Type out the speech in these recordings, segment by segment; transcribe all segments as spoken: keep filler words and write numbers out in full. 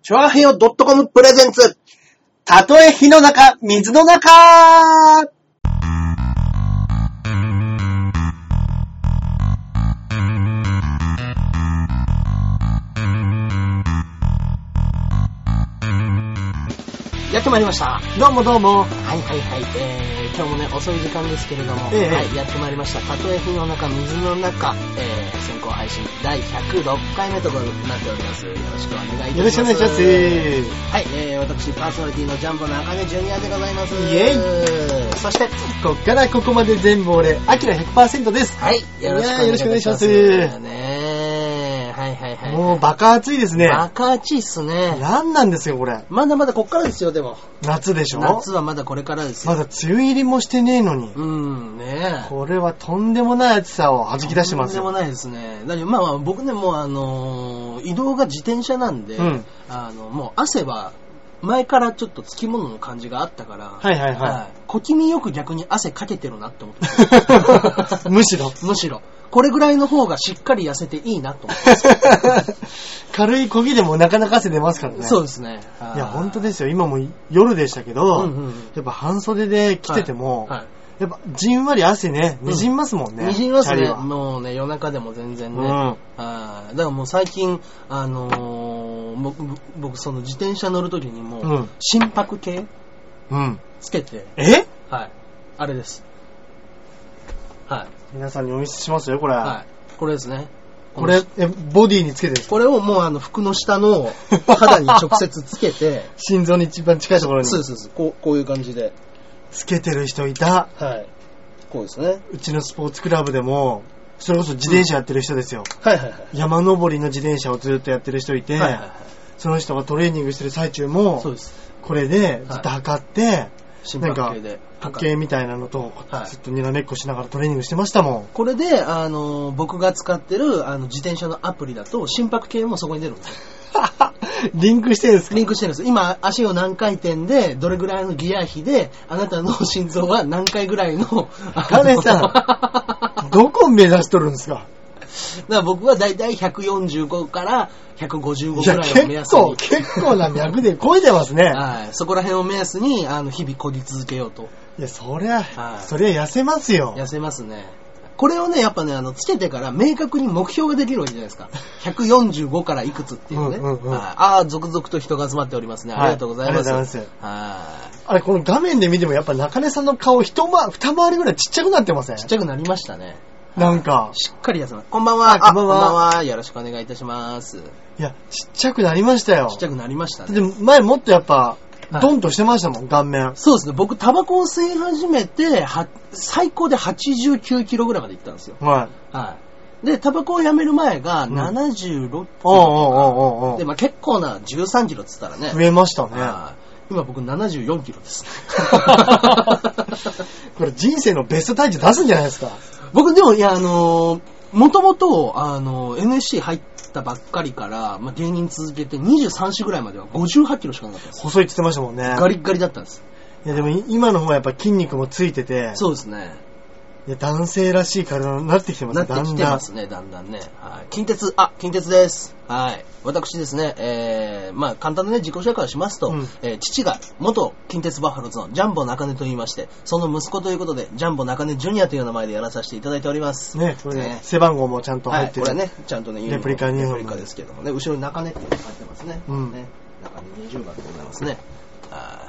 チョアヘヨ .com プレゼンツ。たとえ火の中、水の中。やってまいりました。 どうもどうも。 はいはいはい。えー、今日もね、遅い時間ですけれども、 ええ、 はい、やってまいりました。たとえ火の中、水の中、えー、先行配信だいひゃくろっかいめとなっております。よろしくお願いいたします。 よろしくお願いします。 はい、えー、私、パーソナリティのジャンボ中根ジュニアでございます。イェイ。そして、 こっからここまで全部俺、アキラ ひゃくパーセント です。 はい、よろしくお願いします。 よろしくお願いします。 ねはいはいはい。 もうバカ暑いですね。 バカ暑いっすね。 なんなんですよ、これ。 まだまだこっからですよ、でも。 夏でしょ？ 夏はまだこれからですよ。 まだ梅雨入りもしてねえのに。 うん、ねえ。 これはとんでもない暑さを弾き出してますよ。 とんでもないですね。だからまあまあ僕ね、もうあのー、移動が自転車なんで、うん、あの、もう汗は、前からちょっとつきものの感じがあったから、 はいはいはい。はい、 小気味よく逆に汗かけてるなって思ってむしろむしろ。これぐらいの方がしっかり痩せていいなと思ってます。 軽い漕ぎでもなかなか汗出ますからね。 そうですね。 いや、本当ですよ。今も夜でしたけど、うんうん、やっぱ半袖で来てても、はいはい、やっぱじんわり汗ね、にじみますもんね。 にじみますね。もうね、夜中でも全然ね。うん、あだからもう最近、あのー、僕、僕その自転車乗るときにも、うん、心拍計うん。 つけて。 えはい。あれです。はい。 皆さんにお見せしますよ、これ。 はい。これですね。 これ、え、ボディにつけてるんですか？ これをもうあの、服の下の肌に直接つけて。 心臓に一番近いところに。 そうです、そうです。こう、こういう感じで。 つけてる人いた。 はい。こうですね。 うちのスポーツクラブでも、それこそ自転車やってる人ですよ。 うん、はいはいはい。 山登りの自転車をずっとやってる人いて、はいはいはい、その人がトレーニングしてる最中も、そうです。これでずっと測って、はい、 心拍計で。 時計みたいなのと、はい、ずっとにらめっこしながらトレーニングしてましたもん。 これで、あの、僕が使ってるあの自転車のアプリだと、心拍計もそこに出るんですよ。 リンクしてるんですか？ リンクしてるんです。今、足を何回転で、どれぐらいのギア比で、あなたの心臓は何回ぐらいの。 カネさん、どこ目指しとるんですか？ だから僕はだいたいひゃくよんじゅうごからひゃくごじゅうごぐらいを目安に。 結構、結構な脈で超えてますね。 はい。そこら辺を目安に、あの、日々漕ぎ続けようと。 いや、そりゃ、はい、そりゃ痩せますよ。 痩せますね。これをね、やっぱね、あの、つけてから明確に目標ができるわけじゃないですか。ひゃくよんじゅうごからいくつっていうね。うんうんうん、ああ、続々と人が集まっておりますね。ありがとうございます。はい、ありがとうございます。はい。 あれ、この画面で見てもやっぱ中根さんの顔一回、二回りぐらいちっちゃくなってません？ ちっちゃくなりましたね。 なんか。 しっかり痩せます。こんばんは。 こんばんは。 こんばんは。よろしくお願いいたします。 いや、ちっちゃくなりましたよ。 ちっちゃくなりましたね。 でも前もっとやっぱ、ドンとしてましたもん、顔面。 そうですね。僕、タバコを吸い始めて、は、最高ではちじゅうきゅうキロぐらいまで行ったんですよ。 はい。 はい。で、タバコをやめる前がななじゅうろっキロとか。 おうおうおうおう。 で、まあ結構なじゅうさんキロって言ったらね。 増えましたね。 今僕ななじゅうよんキロです。 これ人生のベスト体重出すんじゃないですか？ 僕でも、いや、あのー、もともと、あの、エヌエスシー 入ったばっかりから、まあ、芸人続けてにじゅうさん週ぐらいまではごじゅうはちキロしかなかったんです。 細いって言ってましたもんね。 ガリッガリだったんです。 いやでも今の方がやっぱ筋肉もついてて。 そうですね。 いや男性らしい体になってきてますね。 なってきてますね、だんだんね。はい。近鉄、あ、近鉄です。はい。私ですね、えー、まあ簡単なね、自己紹介をしますと、うん、えー、父が元近鉄バファローズのジャンボ中根と言いまして、その息子ということで、ジャンボ中根ジュニアという名前でやらさせていただいております。 ね、これね、ね背番号もちゃんと入ってる。 はい、これね、ちゃんとね、 レプリカにレプリカですけどもね、後ろに中根って書いてますね。うん。ね、中根にじゅうばんでございますね。はい。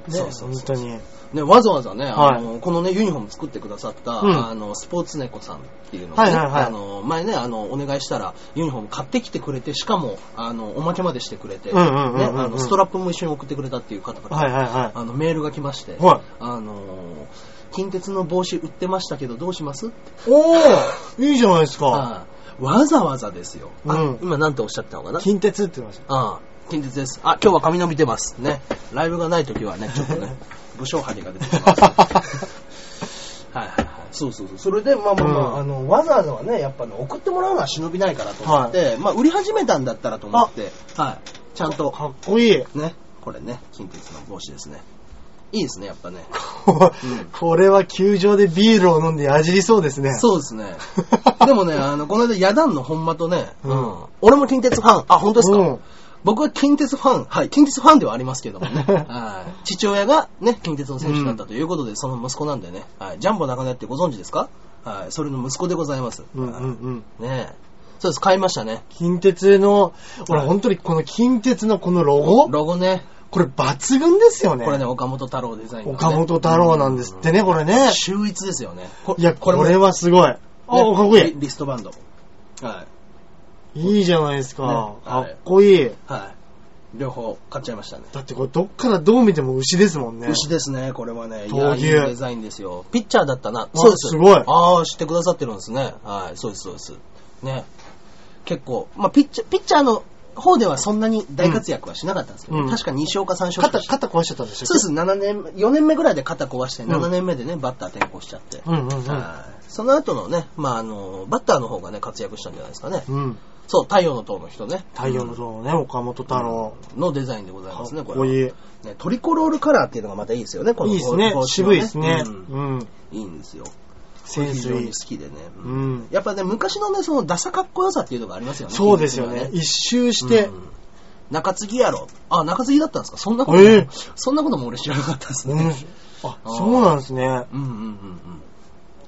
ね、そうそうそうそう、本当に。 ね、わざわざね、あの、はい、このね、ユニフォーム作ってくださった、うん、あの、スポーツ猫さんっていうのがね、はいはいはい、あの、前ね、あの、お願いしたら、ユニフォーム買ってきてくれて、しかも、あの、おまけまでしてくれて、ね、あの、ストラップも一緒に送ってくれたっていう方から、はいはいはい、あの、メールが来まして、はい、あの、近鉄の帽子売ってましたけど、どうしますって。 おーいいじゃないですか。 あわざわざですよ。あ、うん、今なんておっしゃったのかな？ 近鉄って言いました。 ああ、近鉄です。あ、今日は髪伸びてます。ね。ライブがないときはね、ちょっとね、武将張りが出てきます。はいはいはい。そうそうそう。それで、まあまあまあ、うん、あの、わざわざはね、やっぱね、送ってもらうのは忍びないからと思って、はい、まあ、売り始めたんだったらと思って、はい。ちゃんと。 かっこいい。 ね。これね、近鉄の帽子ですね。いいですね、やっぱね。 うん、これは球場でビールを飲んでやじりそうですね。 そうですね。でもね、あの、この間、ヤダンの本間とね、うん、俺も近鉄ファン、あ、本当ですか、うん、 僕は近鉄ファン、はい、近鉄ファンではありますけどもね。はい、父親がね、近鉄の選手だったということで、うん、その息子なんでね、はい、ジャンボ中根ってご存知ですか？はい、それの息子でございます。 うんうんうん。 ねえ。そうです、買いましたね。 近鉄の、俺、はい、本当にこの近鉄のこのロゴロゴね。 これ抜群ですよね。 これね、岡本太郎デザイン、ね。 岡本太郎なんですってね、これね。 秀逸ですよね。 いや、これ、これはすごい。あ、ね、かっこいい。 リストバンド。はい。 いいじゃないですか。ね、かっこいい。 はい。両方買っちゃいましたね。 だってこれどっからどう見ても牛ですもんね。 牛ですね、これはね。 闘牛。 いや、いいデザインですよ。ピッチャーだったな。 そうです。すごい。 ああ、知ってくださってるんですね。はい、そうです、そうです。ね。結構、まあ、ピッチャー、ピッチャーの方ではそんなに大活躍はしなかったんですけど、うん、確かに勝かさん勝か肩、肩壊しちゃったんでしょ？ そうです、ななねん、よねんめぐらいで肩壊して、ななねんめでね、バッター転向しちゃって。 うんうんうん、 その後のね、まあ、あの、バッターの方がね、活躍したんじゃないですかね。 うん、 そう、太陽の塔の人ね。 太陽の塔のね、岡本太郎。 のデザインでございますね、これは。 こういう。 ね、トリコロールカラーっていうのがまたいいですよね、このいいですね、渋いですね。 うん。いいんですよ。 センス非常に好きでね、 うん、 やっぱね昔のねそのダサかっこよさっていうのがありますよね。 そうですよね。一周して、うん、 中継ぎやろ。あ、中継ぎだったんですか。そんなこと、えー、そんなことも俺知らなかったですね。うん、 あ、そうなんですね。 うんうんうんうん。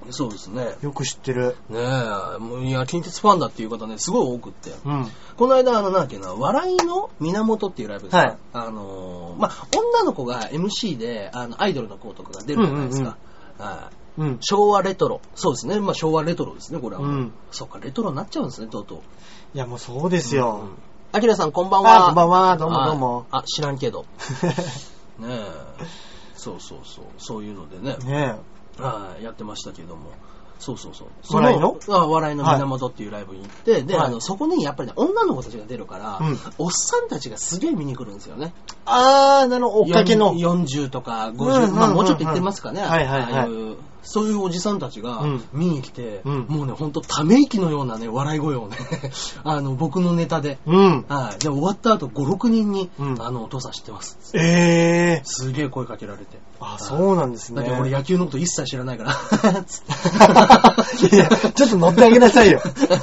そうですね。 よく知ってる。 ねえ、もういや近鉄ファンだっていう方ねすごい多くって、 うん、 この間あのなんだっけな笑いの源っていうライブですか。 はい、 あのー、まあ女の子が エムシー であのアイドルの子とかが出るじゃないですか。うんうんうん、はい。 うん、 昭和レトロ。そうですね。まあ昭和レトロですね、これは。 うん、 そっか、レトロになっちゃうんですね、とうとう。 いや、もうそうですよ。 あきらさん、こんばんは。 こんばんは。どうもどうも。 あ、知らんけど。ねえ。そうそうそう。そういうのでね。 ねえ。はい、やってましたけども。そうそうそう。 笑いのあ笑いの源っていうライブに行って、はい、で、あの、そこにやっぱりね、女の子たちが出るから、うん、おっさんたちがすげえ見に来るんですよね。 あー、なるほど、追っかけの。 よんじゅうとかごじゅう、うんうんうんうん、まあもうちょっと行ってますかね。 はいはいはい。 ああいうそういうおじさんたちが見に来て、 うん、 もうね、ほんとため息のようなね、笑い声をね、あの、僕のネタで、 うん、 はい。で、終わった後、ご、ろくにんに、 うん、 あの、お父さん知ってます。 えー。 すげえ声かけられて。 あ、そうなんですね。 だけど俺野球のこと一切知らないから。 いや、ちょっと乗ってあげなさいよ。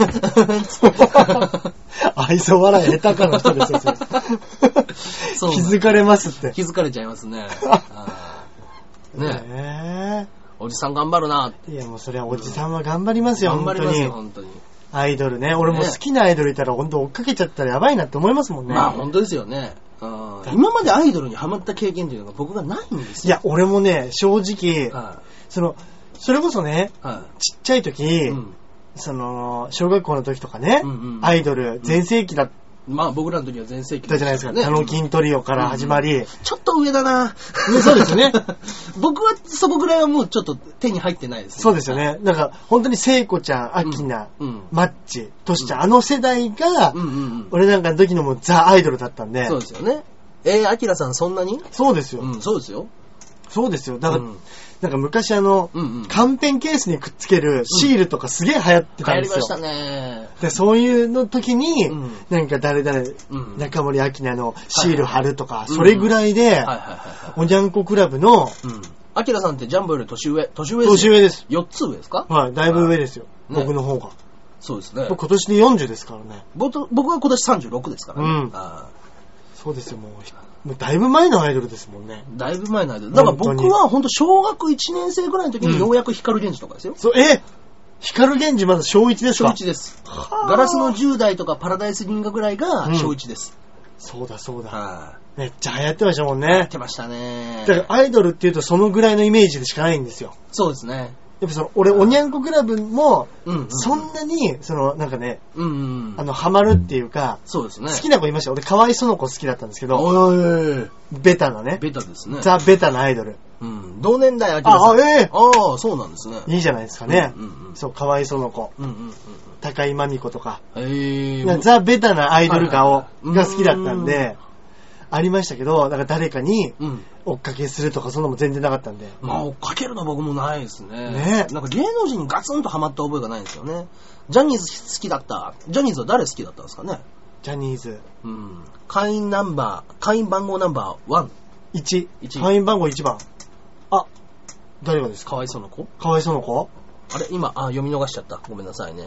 愛想笑い下手かな人ですよ、それ。気づかれますって。 気づかれちゃいますね。ねえー、おじさん頑張るなって。 いやもうそれはおじさんは頑張りますよ、 うん、頑張りますよ本当に。 アイドルね、俺も好きなアイドルいたら本当追っかけちゃったらやばいなって思いますもんね。 まあ本当ですよね。今までアイドルにハマった経験というのが僕がないんですよ。 いや俺もね正直、 はい、 そのそれこそね、 はい、 ちっちゃい時、うん、その小学校の時とかね、 うんうん、 アイドル全盛期だった。 まあ僕らの時は全盛期だじゃないですか。タノキントリオから始まり、うんうん、 ちょっと上だな。 そうですね。 僕はそこぐらいはもうちょっと手に入ってないですね。 そうですよね。なんか本当に聖子ちゃん、アキナ、 うんうん、 マッチ、トシちゃん、うん、あの世代が、 うんうんうん、 俺なんかの時のもうザ・アイドルだったんで。 そうですよね。えー、アキラさんそんなに？ そうですよ。 うん、そうですよ。 そうですよ。だから、うん、なんか昔あの、 うんうん、 カンペンケースにくっつけるシールとかすげえ流行ってたんですよ。 流行りましたね。 で、そういうの時に、 うん、 なんか誰々、うん、中森明菜のシール貼るとか、 はいはいはい、 それぐらいで、おにゃんこクラブの、 アキラさんってジャンボより年上、年上ですよ。 年上です。 よっつ上ですか？ はい、だいぶ上ですよ。ね、僕の方が。 そうですね。 僕今年でよんじゅうですからね。 僕、僕は今年さんじゅうろくですからね。 うん、あそうですよ、もう。もうだいぶ前のアイドルですもんね。 だいぶ前のアイドル。だから僕は本当小学いちねん生ぐらいの時にようやく光源氏とかですよ。 うん、そう、え光源氏まだ小いちですか？ 小いちです。ガラスのじゅう代とかパラダイス銀河ぐらいが小いちです。 うん、そうだそうだ。 はめっちゃ流行ってましたもんね。 流行ってましたね。 だからアイドルっていうとそのぐらいのイメージでしかないんですよ。 そうですね。 やっぱその俺おにゃんこクラブも、 うんうんうん、 そんなにそのなんかね、 うんうん、 あのハマるっていうか、 そうですね。 好きな子いました。俺河合園子好きだったんですけど、 おいベタなね。 ベタですね。 ザベタなアイドル。 うん、同年代アキラさん。 あ、ええー、 ああ、そうなんですね。 いいじゃないですかね。 うんうんうん、 そう河合園子、 うんうんうん、 高井真美子とか、 えー、 ザベタなアイドル顔が好きだったんで。ありましたけど、だから誰かに追っかけするとかそんなのも全然なかったんで。 まあ追っかけるの僕もないですね。 ね。 なんか芸能人にガツンとハマった覚えがないんですよね。ジャニーズ好きだった。ジャニーズは誰好きだったんですかね。 ジャニーズ。 うん。会員ナンバー、会員番号ナンバーワン。 いち。会員番号いちばん。あ、誰がですか？ かわいそうな子？ かわいそうな子？ あれ今、あ、読み逃しちゃった。ごめんなさいね。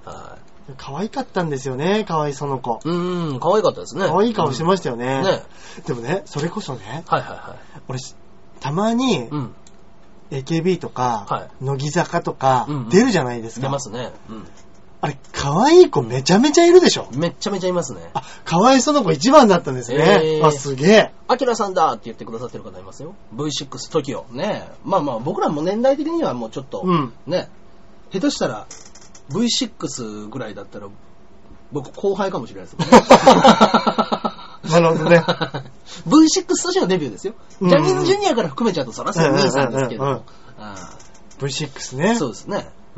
はい。 可愛かったんですよね、可愛いその子。 うーん、可愛かったですね。 可愛い顔してましたよね。 うん、ね。 でもね、それこそね、 はいはいはい。 俺、たまに、うん、エーケービー とか、はい、乃木坂とか、うんうん、出るじゃないですか。 出ますね。うん。 あれ、可愛い子めちゃめちゃいるでしょ。 めっちゃめちゃいますね。 あ、可愛いその子一番だったんですね。えー、あ、すげえ。 アキラさんだって言ってくださってる方いますよ。ブイシックス トキオ。ね。まあまあ、僕らも年代的にはもうちょっと、うん、ね、下手したら、ブイシックス ぐらいだったら、僕後輩かもしれないですもんね。 なるほどね。 ブイシックス としてのデビューですよ。うん、ジャニーズジュニアから含めちゃうとそらそう兄さんですけど。うんうんうんうん、 ブイシックス ね。 そうですね。 うん、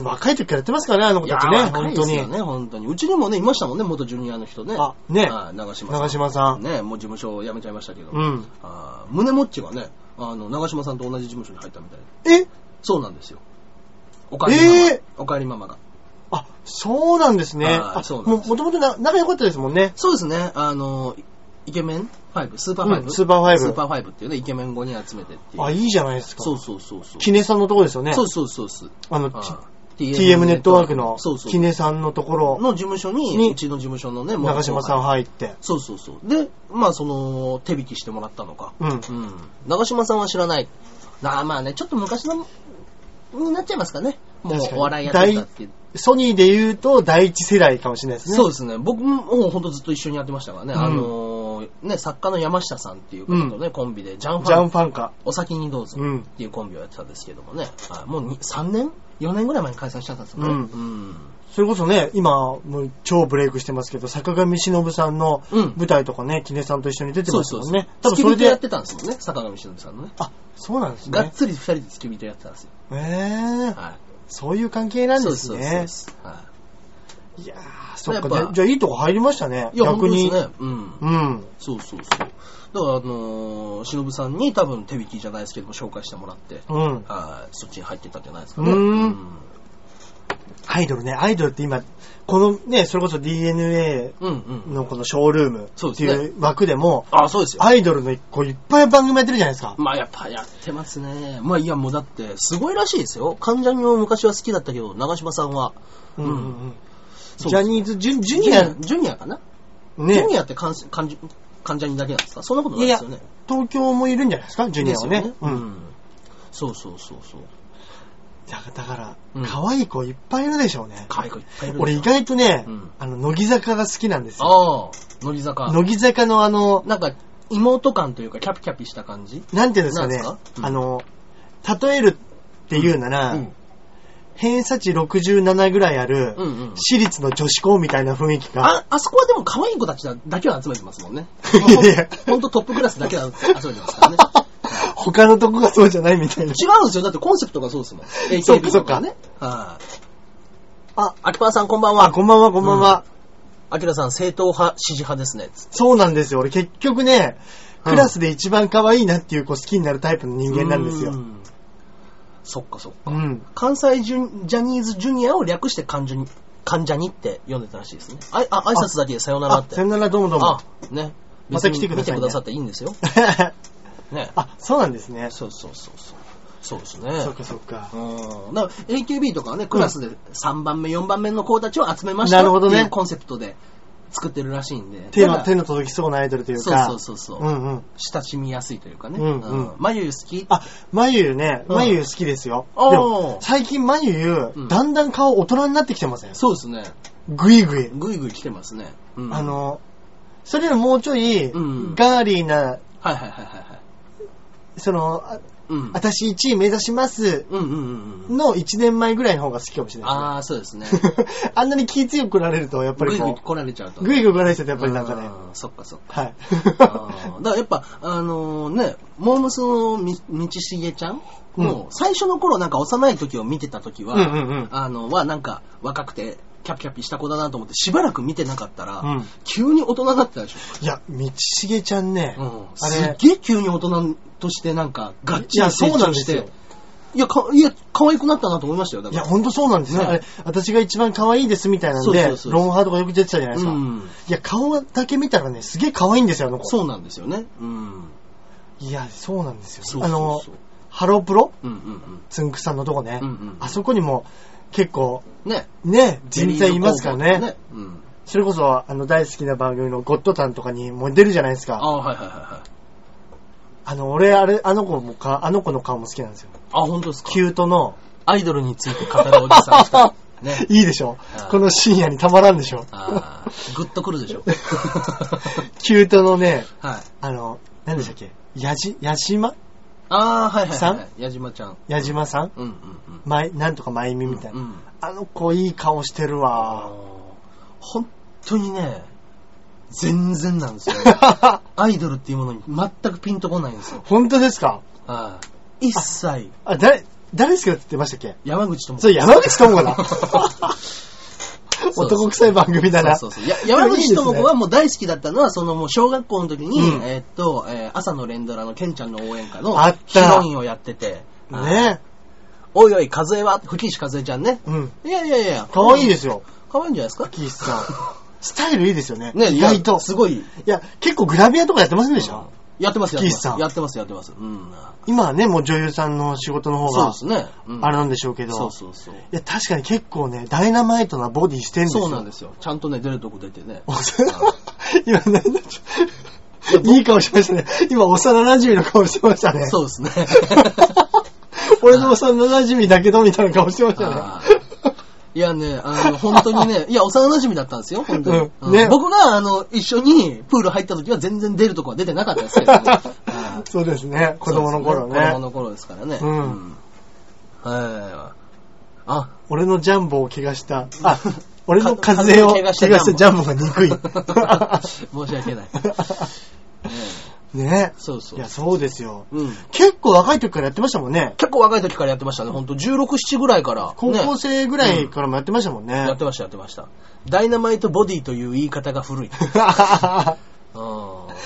若い時からやってますからね、あの子たちね。本当に。 ね、本当に。うちにもね、いましたもんね、元ジュニアの人ね。 あ、ね。 長島さん。長島さん。 ね、もう事務所を辞めちゃいましたけど。うん。あ、胸もっちがね、あの、長島さんと同じ事務所に入ったみたいで。え？ そうなんですよ。おかえりママ。えー、おかえりママが。 あ、そうなんですね。あ、そうなんです。もともと仲良かったですもんね。 そうですね。あの、イケメンファイブ、スーパーファイブ、 うん、スーパーファイブ。 スーパーファイブっていうね、イケメンごにん集めてっていう。 あ、いいじゃないですか。 そうそうそうそう。 キネさんのところですよね。 そうそうそうそう。 あの、あ ティーエム ネットワークのキネさんのところの事務所に、うちの事務所のね、 長島さん入って。 そうそうそう。で、まあその、手引きしてもらったのか。うん。うん。長島さんは知らない。なあまあね、ちょっと昔の、になっちゃいますかね。もうお笑いやってたっていう。 ソニーで言うと第一世代かもしれないですね。 そうですね。僕もほんとずっと一緒にやってましたからね。うん、あのー、ね、作家の山下さんっていう方とね、うん、コンビで、ジャンファン。 ジャンファンか。 お先にどうぞっていうコンビをやってたんですけどもね。うん、もうさんねん ?よ 年ぐらい前に解散しちゃったんですよね。うん。うん、 それこそね、今、もう超ブレイクしてますけど、坂上忍さんの舞台とかね、キネさんと一緒に出てますもんね。 多分それでやってたんですもんね、坂上忍さんのね。 あ、そうなんですね。 がっつり二人で付き人やってたんですよ。 へぇー。はい。そういう関係なんですね。そうそうそうそう。はい。いやー、そっか、ね、じゃあいいとこ入りましたね。 いや、逆に。 ね。 うん。うん。そうそうそう。だから、あのー、忍さんに多分手引きじゃないですけども、紹介してもらって、うん。はい。そっちに入ってったんじゃないですかね。うん。うん、 アイドルね、アイドルって今、このね、それこそ ディーエヌエー のこのショールームっていう枠でも、 あ、そうですよ。 アイドルのこういっぱい番組やってるじゃないですか。 まあやっぱやってますね。まあいやもうだってすごいらしいですよ。関ジャニも昔は好きだったけど、長嶋さんは。うんうんうん。 ジャニーズジュ、ジュニア。 ジュニアかなね。ジュニアって関ジャニだけなんですか？そんなことないですよね。いや、 東京もいるんじゃないですか？ジュニアはね。ね、うん。うん。 そうそうそうそう。 だから、うん、可愛い子いっぱいいるでしょうね。 可愛い子いっぱいいる。 俺意外とね、うん、あの、乃木坂が好きなんですよ。 ああ、乃木坂。 乃木坂のあの、 なんか、妹感というか、キャピキャピした感じ？ なんていうんですかね。かうん、あの、例えるっていうなら、うんうん、偏差値ろくじゅうななぐらいある、うんうん、私立の女子校みたいな雰囲気が。 あ、あそこはでも可愛い子たちだけは集めてますもんね。ほんとトップクラスだけは集めてますからね。 他のとこがそうじゃないみたいな。 違うんですよ。だってコンセプトがそうですもん。エーケービー とかね。はい。あ、秋葉さんこんばんは。 あ、こんばんは、こんばんは。 あきらさん、正統派、支持派ですね。 そうなんですよ。俺結局ね、クラスで一番可愛いなっていう子好きになるタイプの人間なんですよ。うんそっかそっか。うん、関西ジュジャニーズジュニアを略して関ジャニ、関ジャニって読んでたらしいですね。あ、あ挨拶だけでさよならって。 さよならどうもどうも。 あ、ね。 また来てください、ね。 見てくださっていいんですよ。 ね。あ、そうなんですね。 そうそうそうそう。そうですね。 そっかそっか。 うん。だから エーケービー とかはね、クラスでさんばんめ、よんばんめの子たちを集めましたっていうコンセプトで作ってるらしいんで。 手の、手の届きそうなアイドルというか。 そうそうそうそう。うんうん。親しみやすいというかね。うんうん。まゆゆ好き？ あ、まゆゆね。まゆゆ好きですよ。でも最近まゆゆ、だんだん顔大人になってきてません？ そうですね。 ぐいぐい。 ぐいぐい来てますね。 あの、それよりもうちょい、ガーリーな、はいはいはいはい。 その、うん、私いちい目指しますのいちねんまえぐらいの方が好きかもしれないですね。 ああ、そうですね。 あんなに気強く来られると、やっぱりこう。 グイグイ来られちゃうと。 グイグイ来られちゃうと、やっぱりなんかね。 そっかそっか。はい。だからやっぱ、あのー、ね、モームスのみ道重ちゃんも、最初の頃なんか幼い時を見てた時は、うんうんうん、あの、はなんか若くて、キャピキャピした子だなと思ってしばらく見てなかったら、うん、急に大人になってたでしょ。 いや、道重ちゃんね、うん、 あれすっげえ急に大人としてなんかガッチリ成長して、いや、か、いや、可愛くなったなと思いましたよ。だからいや、ほんとそうなんですね。あれ、私が一番可愛いですみたいなんで、そうそうそうロンハーとかよく出てたじゃないですか。うん、いや、顔だけ見たらね、すげえ可愛いんですよ、あの子。 そうなんですよね。うん。 いや、そうなんですよ。そうそうそうあの、ハロープロ、うんうんうん、つんくさんのとこね、うんうんうん、あそこにも、 結構、 ね。 ね、人材いますからね。ね、 うん。 それこそ、あの、大好きな番組のゴッドタンとかにも出るじゃないですか。 あ、はいはいはいはい。 あの、俺、あれ、あの子もか、あの子の顔も好きなんですよ。 あ、本当ですか。 キュートの、 アイドルについて語るおじさんしたね。 いいでしょ。この深夜にたまらんでしょ。 あグッとくるでしょ。 キュートのね、 はい、 あの、何でしたっけ、やじ、やじまああ、はいはいはい。 さんやじまちゃん。 やじまさんうんうんうん。 まい、なんとかまゆみみたいな、うんうん。あの子いい顔してるわ。 本当にね、全然なんですよ。アイドルっていうものに全くピンとこないんですよ。 本当ですか？ ああ。一切。 あ、誰、誰好きだって言ってましたっけ？ 山口智子。 そう、山口智子だ。男臭い番組だな。 そうそうそう。や山口智子はもう大好きだったのは、そのもう小学校の時に、うん、えー、っと、えー、朝の連ドラのケンちゃんの応援歌のヒロインをやってて。 ね。 おいおい、和江は吹石和江ちゃんね。 うん。 いやいやいや。 可愛いですよ。 可愛いんじゃないですか？ 吹石さん。スタイルいいですよね。 ね、 意外と。 すごい。 いや、結構グラビアとかやってませんでした？うん、 やってます、やってます。 やってます、やってます。うん。 今はね、もう女優さんの仕事の方が、 そうですね。 うん、あれなんでしょうけど。 そうそうそう。いや、確かに結構ね、ダイナマイトなボディしてんですよ。 そうなんですよ。ちゃんとね、出るとこ出てね。 今、何だっけいい顔しましたね。今、幼馴染の顔してましたね。 そうですね。 俺の幼馴染だけど、みたいな顔してましたね。 いやね、あの、本当にね、いや、幼馴染だったんですよ、本当に。 うんね、 僕が、あの、一緒にプール入った時は全然出るとこは出てなかったですけど、ね、 そうですね、子供の頃ね。 子供の頃ですからね。うん。うん、はい。あ、 俺のジャンボを怪我した、あ、俺の風を怪我したジャンボが憎い。申し訳ない。 ね。 そうそう。 いや、そうですよ。 うん。 結構若い時からやってましたもんね。 結構若い時からやってましたね。ほんとじゅうろく、ななぐらいから、ね。 高校生ぐらいからもやってましたもんね。 うん、やってました、やってました。ダイナマイトボディという言い方が古い。うん。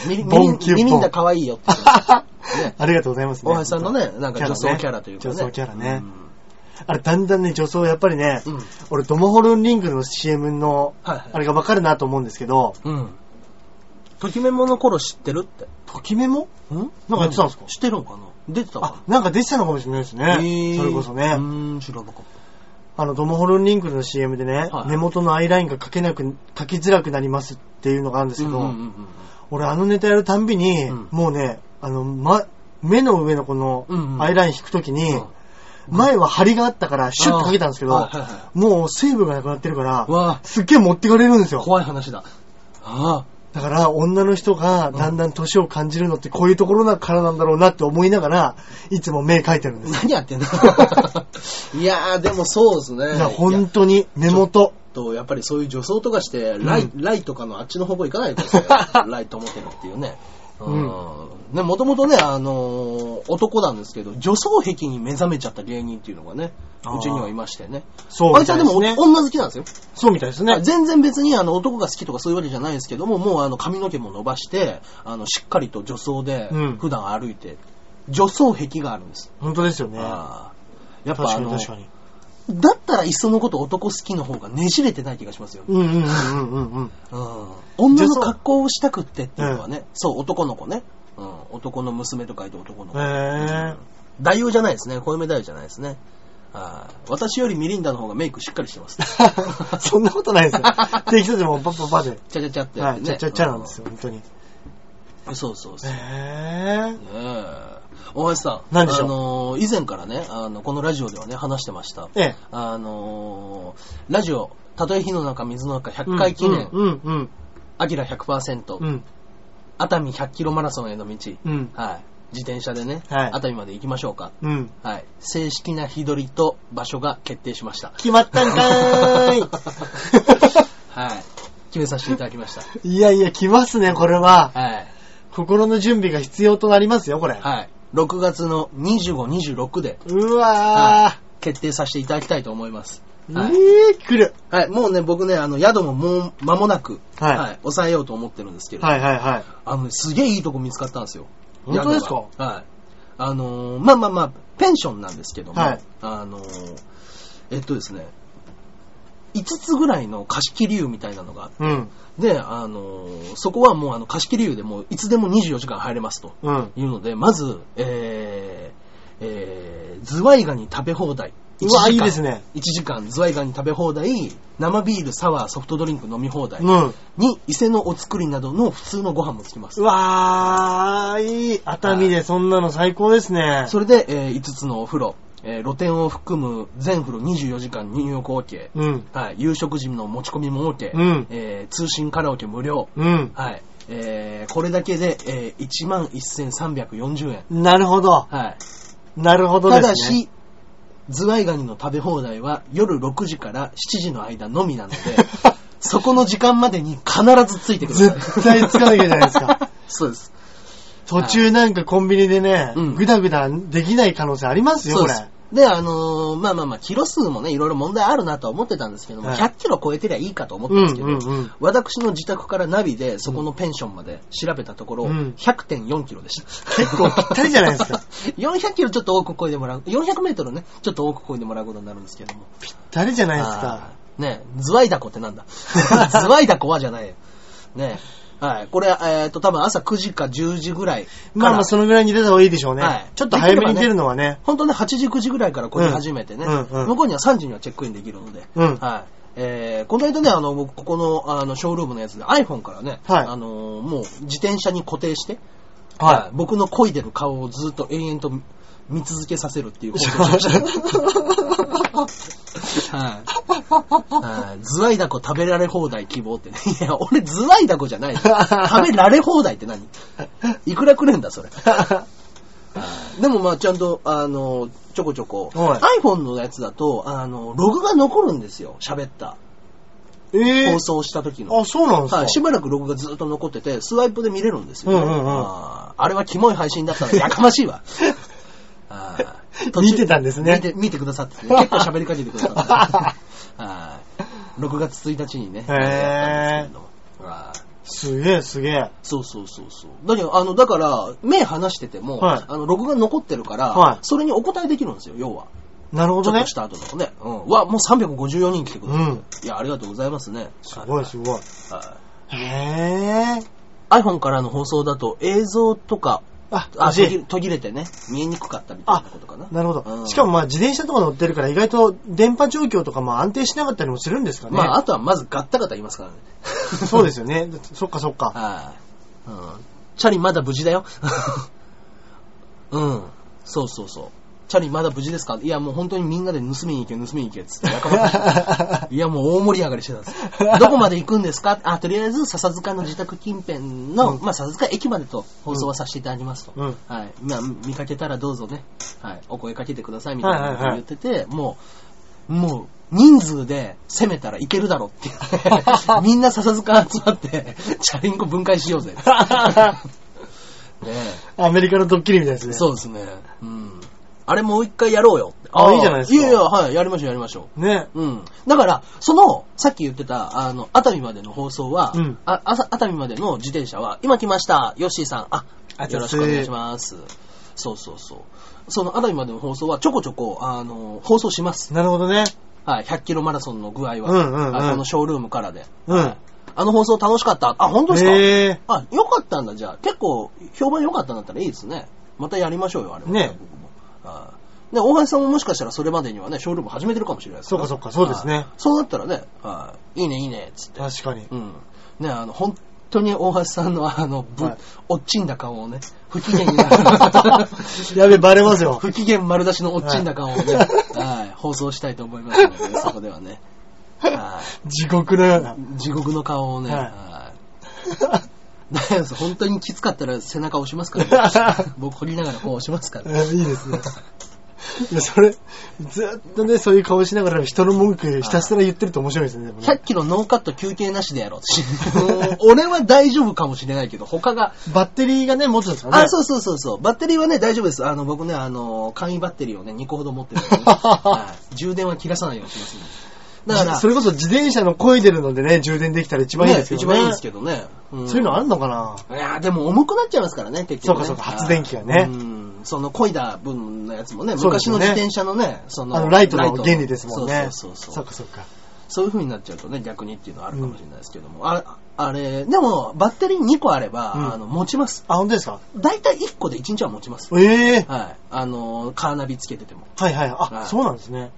ミリンダ可愛いよって、 ね。ありがとうございますね。 大橋さんのね、なんか女装キャラというかね。 女装キャラね。うん、あれ、だんだんね、女装やっぱりね、うん、俺、ドモホルンリングの シーエム の、あれがわかるなと思うんですけど、 うん。ときメモの頃知ってるって。 ときメモ？んなんかやってたんですか？ 知ってるのかな？出てたかな？ あ、なんか出てたのかもしれないですね。えー、それこそね。 うーん、知らなかった。 あの、ドモホルンリンクの シーエム でね、はい、根元のアイラインが描けなく、描きづらくなりますっていうのがあるんですけど、うんうんうんうん、俺あのネタやるたんびに、うん、もうね、あの、ま、目の上のこのアイライン引くときに、うんうん、前は張りがあったからシュッとかけたんですけど、はいはいはい、もう水分がなくなってるから、すっげえ持ってかれるんですよ。 怖い話だ。ああ。 だから女の人がだんだん年を感じるのってこういうところからなんだろうなって思いながらいつも目描いてるんです。 何やってんのいやーでもそうですね。 いや本当に目元とやっぱりそういう女装とかしてライ、うん、ライとかのあっちの方向行かないでください。ライト持ってるっていうね。うん。ね、もともとね、あのー、男なんですけど、女装癖に目覚めちゃった芸人っていうのがね、うちにはいましてね。 そうみたいですね。 あいつはでも女好きなんですよ。 そうみたいですね。 全然別にあの男が好きとかそういうわけじゃないんですけども、もうあの髪の毛も伸ばして、あのしっかりと女装で普段歩いて、うん、女装癖があるんです。 本当ですよね。 あやっぱあの確かに確かに。 だったらいっそのこと男好きの方がねじれてない気がしますよ。 うんうんうんうんうん。 女の格好をしたくってっていうのはね、うん、そう男の子ね。うん、男の娘と書いて男の子。 へー。 代用じゃないですね。小嫁代用じゃないですね。あ私よりミリンダの方がメイクしっかりしてます。 そんなことないですよ。定期的にもパッパッパで。 チャチャチャってやってね。 はい、チャチャチャなんですよ、本当に。 そうそうそう。 へー。ねえ。大橋さん。 何でしょう。 あのー、以前からね、あの、このラジオではね、話してました。 ええ。 あのー、ラジオ、たとえ火の中、水の中ひゃっかい記念。 うんうんうん。 アキラ ひゃくパーセント。 うん。 熱海ひゃっキロマラソンへの道。 うん。 はい。自転車でね、 はい、 熱海まで行きましょうか。 うん。 はい。正式な日取りと場所が決定しました。 決まったんかーいはい。決めさせていただきました。 いやいや、来ますね、これは。 はい。 心の準備が必要となりますよ、これ。 はい。ろくがつのにじゅうご、にじゅうろくで。 うわー、 はい。決定させていただきたいと思います。 はい、えー、来る。 はい、もうね、僕ね、あの、宿ももう間もなく、 はい、 はい、抑えようと思ってるんですけど、 はいはいはい。 あの、ね、すげえいいとこ見つかったんですよ。 本当ですか？ はい。あのー、まあまあまあ、ペンションなんですけども、 はい、 あのー、えっとですね、いつつぐらいの貸切湯みたいなのがあって、 うん、 で、あのー、そこはもうあの貸切湯でもういつでもにじゅうよじかん入れますというので、うん、まず、えー、えー、ズワイガニ食べ放題。 うわ、いいですね。 いちじかんズワイガニ食べ放題、生ビール、サワー、ソフトドリンク飲み放題、うん、に伊勢のお作りなどの普通のご飯もつきます。 うわー、いい。熱海でそんなの最高ですね。 それで、えー、いつつのお風呂、えー、露天を含む全風呂にじゅうよじかん入浴 OK、うんはい、夕食時の持ち込みも OK、うんえー、通信カラオケ無料、うんはいえー、これだけで、えー、いちまんせんさんびゃくよんじゅうえん。 なるほど。はい、なるほどですね。 ただしズワイガニの食べ放題は夜ろくじからしちじの間のみなのでそこの時間までに必ずついてください。 絶対つかなきゃいけないですか。 そうです。 途中なんかコンビニでね、うん、グダグダできない可能性ありますよ、これ。 で、あのー、まあまあまあ、キロ数もね、いろいろ問題あるなとは思ってたんですけども、はい、ひゃっキロ超えてりゃいいかと思ったんですけど、うんうんうん、私の自宅からナビでそこのペンションまで調べたところ、うん、ひゃくてんよんキロでした。 結構ぴったりじゃないですか。 よんひゃくキロちょっと多く超えてもらう、よんひゃくメートルね、ちょっと多く超えてもらうことになるんですけども。 ぴったりじゃないですか。 ね、ズワイダコってなんだ。ズワイダコはじゃないよ。ね。はい。これ、えっと、多分朝くじかじゅうじぐらい。 まあまあ、そのぐらいに出た方がいいでしょうね。はい。ちょっと早めに出るのはね。 本当ね、はちじ、くじぐらいからこれ始めてね、うんうんうん。向こうにはさんじにはチェックインできるので。うん。はい。えー、この間ね、あの、僕、ここの、あの、ショールームのやつで iPhone からね、はい。あのー、もう、自転車に固定して、はい。はい、僕の漕いでる顔をずっと延々と見続けさせるっていう方法をしました。はい。ズワイダコ食べられ放題希望ってね。いや、俺ズワイダコじゃない。食べられ放題って何？いくらくれんだ、それ。でもまあちゃんと、あの、ちょこちょこ。iPhone のやつだと、あの、ログが残るんですよ。喋った。えー、放送した時の。 あ、そうなんですか？ はい。しばらくログがずっと残ってて、スワイプで見れるんですよ、ね。うんうんうん、あ, あれはキモい配信だったらやかましいわ。 あ見てたんですね。 見て、見てくださって、ね、結構喋りかけてくださって、ね。ろくがつついたちにね。へー。すげえすげえ。 そうそうそうそう。だけど、あの、だから、目離してても、はい、あの、ログが残ってるから、はい、それにお答えできるんですよ、要は。 なるほどね。 ちょっとした後のね。うん。わ、もうさんびゃくごじゅうよにん来てくれて、うん。いや、ありがとうございますね。 すごいすごい。はい。へー。 iPhone からの放送だと映像とか、あ、あ途切、途切れてね、見えにくかったみたいなことかな。 なるほど、うん。しかもまあ自転車とか乗ってるから意外と電波状況とかも安定しなかったりもするんですかね。 まああとはまずガッタガタ言いますからね。 そうですよね。そっかそっか。 はい、うん。チャリまだ無事だよ。うん。そうそうそう。チャリまだ無事ですか？いやもう本当にみんなで盗みに行け盗みに行けっつって仲間いやもう大盛り上がりしてたんですどこまで行くんですか？あ、とりあえず笹塚の自宅近辺の、うん、まあ笹塚駅までと放送はさせていただきますと、うん、はい、まあ見かけたらどうぞね、はい、お声かけてくださいみたいなことを言ってて、はいはいはい、もうもう人数で攻めたらいけるだろっていうみんな笹塚集まってチャリンコ分解しようぜねアメリカのドッキリみたいですね。 そうですね、うん、あれもう一回やろうよ。 ああ、いいじゃないですか。 いやいや、はい、やりましょう、やりましょう。ね。うん。だから、その、さっき言ってた、あの、熱海までの放送は、うん、あ、熱海までの自転車は、今来ました、ヨッシーさん。あ、よろしくお願いします。そうそうそう。その熱海までの放送は、ちょこちょこ、あの、放送します。 なるほどね。 はい、ひゃっキロマラソンの具合は、うんうんうん、あのショールームからで。うん。はい、あの放送楽しかった。あ、本当ですか？へー。あ、よかったんだ、じゃあ。結構、評判良かったんだったらいいですね。またやりましょうよ、あれは。ね。僕も。あで、大橋さんももしかしたらそれまでにはね、ショールーム始めてるかもしれないですから。そうかそうか、そうですね。 そうだったらね、あいいねいいね、つって。 確かに。 うん。ね、あの、本当に大橋さんのあの、ぶ、はい、おっちんだ顔をね、不機嫌になる。 やべ、バレますよ。 不機嫌丸出しのおっちんだ顔をね、はい、はい、放送したいと思いますので、そこではね。 はい、地獄のような。 地獄の顔をね、はい。はい本当にきつかったら背中押しますからね。僕掘りながらこう押しますからね。 いいですね。いや、それ、ずっとね、そういう顔しながら人の文句ひたすら言ってると面白いですね。 ひゃっキロノーカット休憩なしでやろう俺は大丈夫かもしれないけど、他が。 バッテリーがね、持つんですかね。 あ、そうそうそうそう。バッテリーはね、大丈夫です。あの、僕ね、あの、簡易バッテリーをね、にこほど持ってるので、ねはい、充電は切らさないようにしますんで。 だから、それこそ自転車の漕いでるのでね、充電できたら一番いいですけどね。 ね一番いいですけどね。 うん、そういうのあんのかな？ いやでも重くなっちゃいますからね、結局、ね。 そうかそうか、発電機がね。 うん。その漕いだ分のやつもね、昔の自転車のね、その、 あのライトの原理ですもんね。 そうそうそう。 そうかそうか。 そういう風になっちゃうとね、逆にっていうのはあるかもしれないですけども。うん、あれ、あれ、でも、バッテリーにこあれば、うん、あの、持ちます。 あ、本当ですか？ だいたいいっこでいちにちは持ちます。 ええー。 はい。あの、カーナビつけてても。 はいはい。あ、はい、そうなんですね。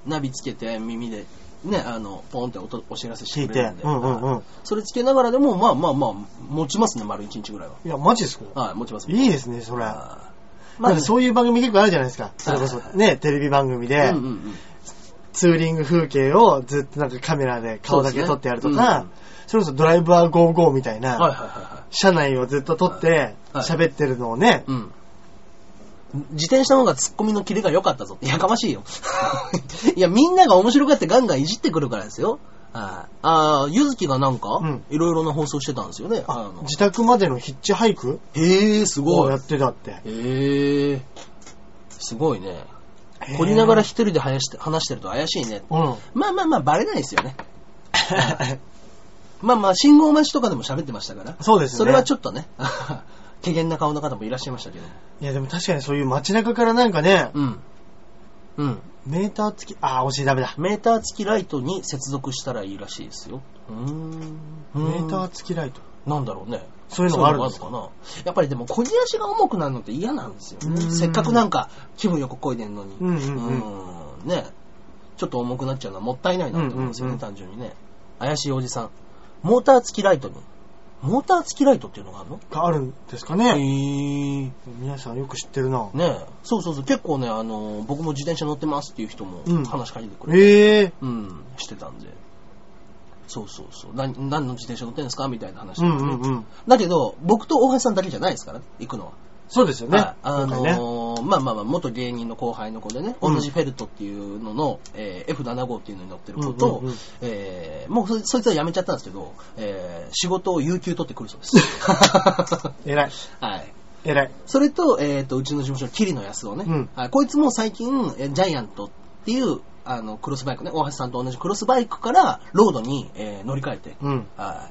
ナビつけて耳でね、あの、ポンって音お知らせしてくれるんで。 うんうんうん。 それつけながらでも、まあまあまあ、持ちますね、丸一日ぐらいは。 いや、マジですか？ はい、持ちます。 いいですね、それ。まあ、そういう番組結構あるじゃないですか。それこそ、ね、テレビ番組で、ツーリング風景をずっとなんかカメラで顔だけ撮ってやるとか、それこそドライバーゴーゴーみたいな、車内をずっと撮って喋ってるのをね、 自転車の方がツッコミのキレが良かったぞ。やかましいよ。いや、みんなが面白がってガンガンいじってくるからですよ。ああ、ゆずきがなんか、いろいろな放送してたんですよね。 あの自宅までのヒッチハイクへえ、すごい。 やってたって。 へえ、すごいね。撮りながら一人で話して話してると怪しいね。うん、まあまあまあ、バレないですよね。まあまあ、信号待ちとかでも喋ってましたから。 そうですね。 それはちょっとね。怪げな顔の方もいらっしゃいましたけど。 いや、でも確かにそういう街中からなんかね、 うん。うん。 メーター付き、ああ、惜しい、ダメだ。 メーター付きライトに接続したらいいらしいですよ。うーん。 メーター付きライトなんだろうね。 そういうのがあるんですか？ そういうのがあるのかな。やっぱりでも、こじ足が重くなるのって嫌なんですよね。せっかくなんか気分よく漕いでんのに。うんうんうん。うんね。ちょっと重くなっちゃうのはもったいないなと思うんですよね、うんうんうん、単純にね。怪しいおじさん。モーター付きライトに。モーター付きライトっていうのがあるの？ があるんですかね。へー。 皆さんよく知ってるな。 ねえ。そうそうそう。結構ね、あの、僕も自転車乗ってますっていう人も話しかけてくれて、うん、へー。 うん、してたんで。そうそうそう。何、何の自転車乗ってるんですかみたいな話、ね。うんうんうん。だけど、僕と大橋さんだけじゃないですから、行くのは。 そうですよね。はい、 あのーね、まあまあまあ、元芸人の後輩の子でね、うん、同じフェルトっていうのの、えー、エフなな 号っていうのに乗ってる子と、うんうんうん、えー、もうそ、そいつは辞めちゃったんですけど、えー、仕事を有給取ってくるそうです。 偉い。 はい。 偉い。 それと、えっと、うちの事務所の桐野安夫ね、うんはい。こいつも最近、えー、ジャイアントっていう、あの、クロスバイクね、大橋さんと同じクロスバイクからロードに、えー、乗り換えて、うん、はい。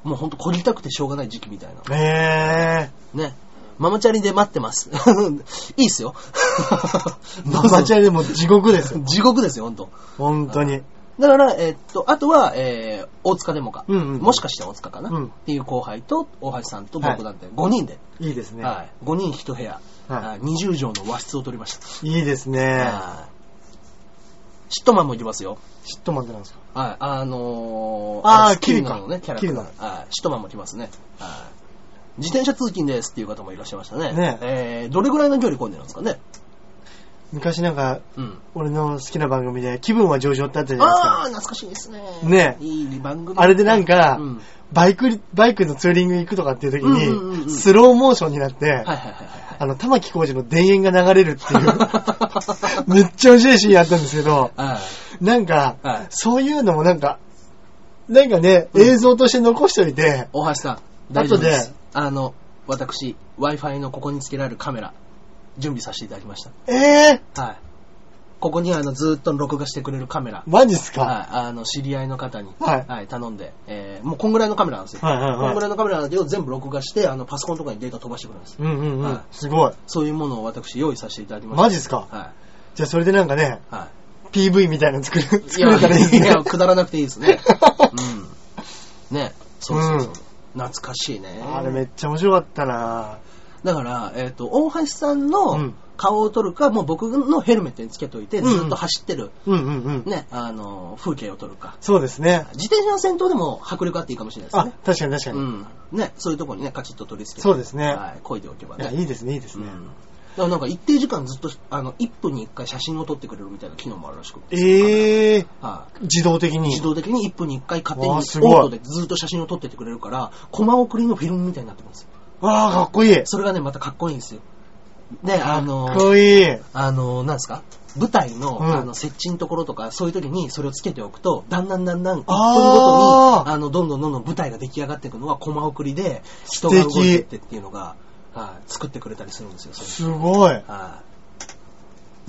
もうほんと漕ぎたくてしょうがない時期みたいな。 へー。ね。ママチャリで待ってます。いいっすよ。 ママチャリでも地獄ですよ。 地獄ですよ、ほんと。 ほんとに。 だから、えー、っと、あとは、えー、大塚デモか、うんうんうん。もしかして大塚かな、うん、っていう後輩と、大橋さんと僕なんてごにんで。 いいですね。 はい。ごにんいち部屋、はい、にじゅう畳の和室を取りました。 いいですね。 シットマンもいきますよ。 シットマンってなんですか？ はい。あのー、 あー、キリカのね、キャラクター。はい。シットマンも来ますね。はい。自転車通勤ですっていう方もいらっしゃいましたね。ねえー、どれぐらいの距離混んでるんですかね。 昔なんか、うん、俺の好きな番組で気分は上々ってあったじゃないですか。 ああ、懐かしいですね。 ねいい番組。 あれでなんか、うん、バイク、バイクのツーリング行くとかっていう時に、うんうんうんうん、スローモーションになって、はいはいはいはい、あの、玉木浩二の田園が流れるっていう、めっちゃ面白いシーンあったんですけど、なんか、はい、そういうのもなんか、なんかね、うん、映像として残しておいて、 大橋さん、大丈夫です。あの、私、Wi-Fi のここにつけられるカメラ、準備させていただきました。 えぇ、 ー、はい。ここにあの、ずーっと録画してくれるカメラ。 マジっすか？ はい。あの、知り合いの方に、はい。はい、頼んで、えー、もうこんぐらいのカメラなんですよ。はいはいはい。こんぐらいのカメラなんだけど、全部録画して、あの、パソコンとかにデータ飛ばしてくれるんです。 うんうんうん。はい、すごい。 そういうものを私、用意させていただきました。 マジっすか？はい。じゃあ、それでなんかね、はい。ピーブイ みたいなの作る、作れたらいいですね。 いや、くだらなくていいですね。うん。ね。そうそうそう。うん、懐かしいね。 あれめっちゃ面白かったな。 だから、えっと、大橋さんの顔を撮るか、もう僕のヘルメットにつけといて、ずっと走ってる、うんうんうん、ね、あの、風景を撮るか。 そうですね。 自転車の先頭でも迫力あっていいかもしれないですね。 あ、確かに確かに。 うん。ね、そういうところにね、カチッと取り付けて。 そうですね。 はい、漕いでおけばね。 いや、いいですね、いいですね。うん、 だからなんか一定時間ずっと、あの、いっぷんにいっかい写真を撮ってくれるみたいな機能もあるらしくて。 ええー。はい。自動的に自動的にいっぷんにいっかい勝手にオートでずっと写真を撮っててくれるから、コマ送りのフィルムみたいになってるんですよ。 わあ、かっこいい。 それがね、またかっこいいんですよ。で、あの、 かっこいい。 あの、なんですか舞台の、うん、あの、設置のところとか、そういう時にそれをつけておくと、だんだんだんだん、いっぷんごとに、あの、どんどんどんどん舞台が出来上がっていくのが、コマ送りで、人が動いてってっていうのが、はい、作ってくれたりするんですよ。 すごい。はい。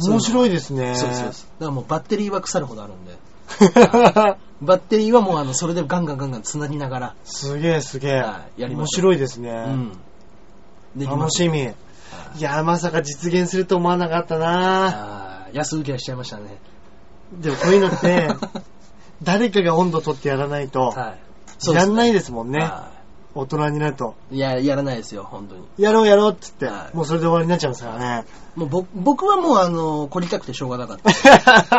面白いですね。 そうそうです。だからもうバッテリーは腐るほどあるんで。バッテリーはもうあの、それでガンガンガンガン繋ぎながら。 すげえすげえ。はい、 やりま面白いですね。うん。楽しみ。いや、まさか実現すると思わなかったなぁ。安請けはしちゃいましたね。 でもこういうのって、誰かが温度取ってやらないと、はい、やんないですもんね。大人になると。 いや、やらないですよ、本当に。 やろうやろうって言って、はい、もうそれで終わりになっちゃいますからね。 もう僕僕はもうあの、凝りたくてしょうがなかった。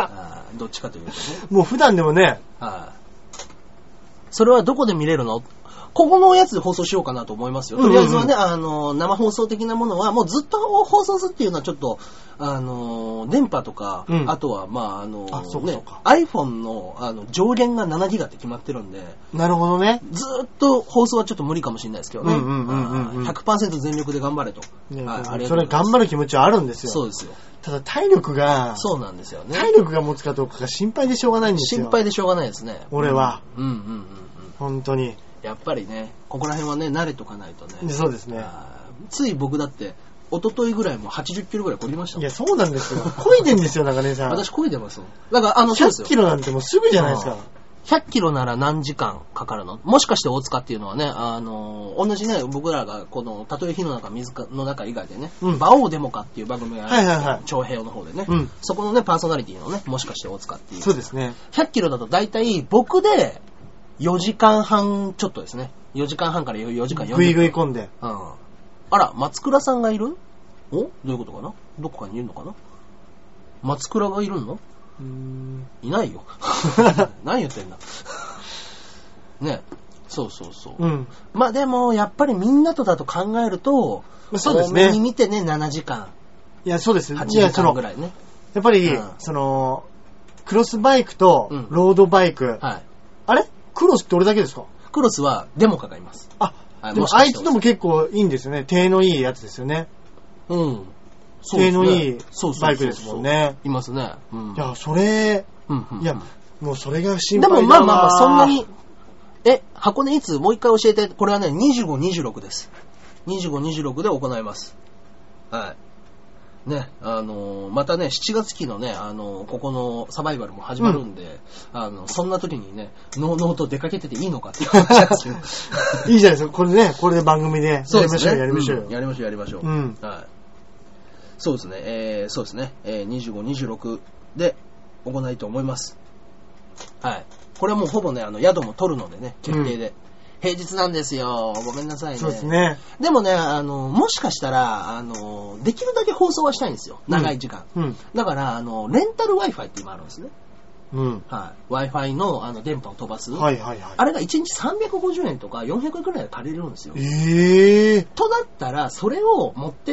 どっちかというとね。 もう普段でもね。 はい。それはどこで見れるの？ここのやつで放送しようかなと思いますよ。とりあえずはね、うんうんうん、あの、生放送的なものは、もうずっと放送するっていうのはちょっと、あの、電波とか、うん、あとは、まあ、あの、 あ、そうかそうか、 ね、iPhone の、あの上限がななギガって決まってるんで、 なるほどね。 ずっと放送はちょっと無理かもしれないですけどね。 うんうんうんうん、 ひゃくパーセント 全力で頑張れと。 ね、はい、あれそれ頑張る気持ちはあるんですよ。 そうですよ。 ただ体力が、 そうなんですよね。 体力が持つかどうかが心配でしょうがないんですよ。 心配でしょうがないですね。 俺は。 うんうんうんうん。 本当に。 やっぱりね、ここら辺はね、慣れとかないとね。 そうですね。 つい僕だって、一昨日ぐらいもはちじゅっキロぐらい漕ぎましたもん。 いや、そうなんですよ。漕いでんですよ、中根さん。 私漕いでますもん。だから、あの、 ひゃっキロなんてもうすぐじゃないですか。 ひゃっキロなら何時間かかるの？もしかして大塚っていうのはね、あの、同じね、僕らがこの、たとえ火の中、水の中以外でね、うん、馬王デモカっていう番組があるんですよ。はいはいはい。長平の方でね、うん。そこのね、パーソナリティのね、もしかして大塚っていう。 そうですね。 ひゃっキロだと大体僕でよじかんはんちょっとですね。よじかんはんからよじかんよんじゅっぷん。 ぐいぐい込んで。 うん。あら、松倉さんがいる？お？どういうことかな？どこかにいるのかな？松倉がいるの？うーん。いないよ。何言ってんだ。ね。そうそうそう。うん。まあでも、やっぱりみんなとだと考えると、 そうですね。 多めに見てね、ななじかん。 いや、そうです。 はちじかんぐらいね。 やっぱり、うん、その、クロスバイクとロードバイク。うん、はい。あれ？クロスって俺だけですか？ クロスはデモカがいます。 あ、でもあいつとも結構いいんですよね。手のいいやつですよね。 うん。 手のいいバイクですもんね。 いますね。うん、 いや、それ、うんうんうん、いや、もうそれが心配だな。でもまあまあまあ、そんなに、え、箱根いつもう一回教えて、これはね、にじゅうご、にじゅうろくです。にじゅうご、にじゅうろくで行います。はい。ね、あのー、またね、しちがつ期のね、あのー、ここのサバイバルも始まるんで、うん、あの、そんな時にね、ノーノーと出かけてていいのかっていう話なんですけど。 いいじゃないですか。これね、これで番組でやりましょう、やりましょうよ、 うん。やりましょう、やりましょう。うん。はい。そうですね、えー、そうですね、えー、にじゅうご、にじゅうろくで行いと思います。はい。これはもうほぼね、あの、宿も取るのでね、決定で。うん、平日なんですよ。ごめんなさいね。 そうですね。 でもね、あの、もしかしたら、あの、できるだけ放送はしたいんですよ。長い時間。うんうん、だから、あの、レンタル Wi-Fi って今あるんですね。うん。はい。Wi-Fi の、あの、電波を飛ばす。 はいはいはい。 あれがいちにちさんびゃくごじゅうえんとかよんひゃくえんくらいで借りれるんですよ。 ええー。 とだったら、それを持ってって、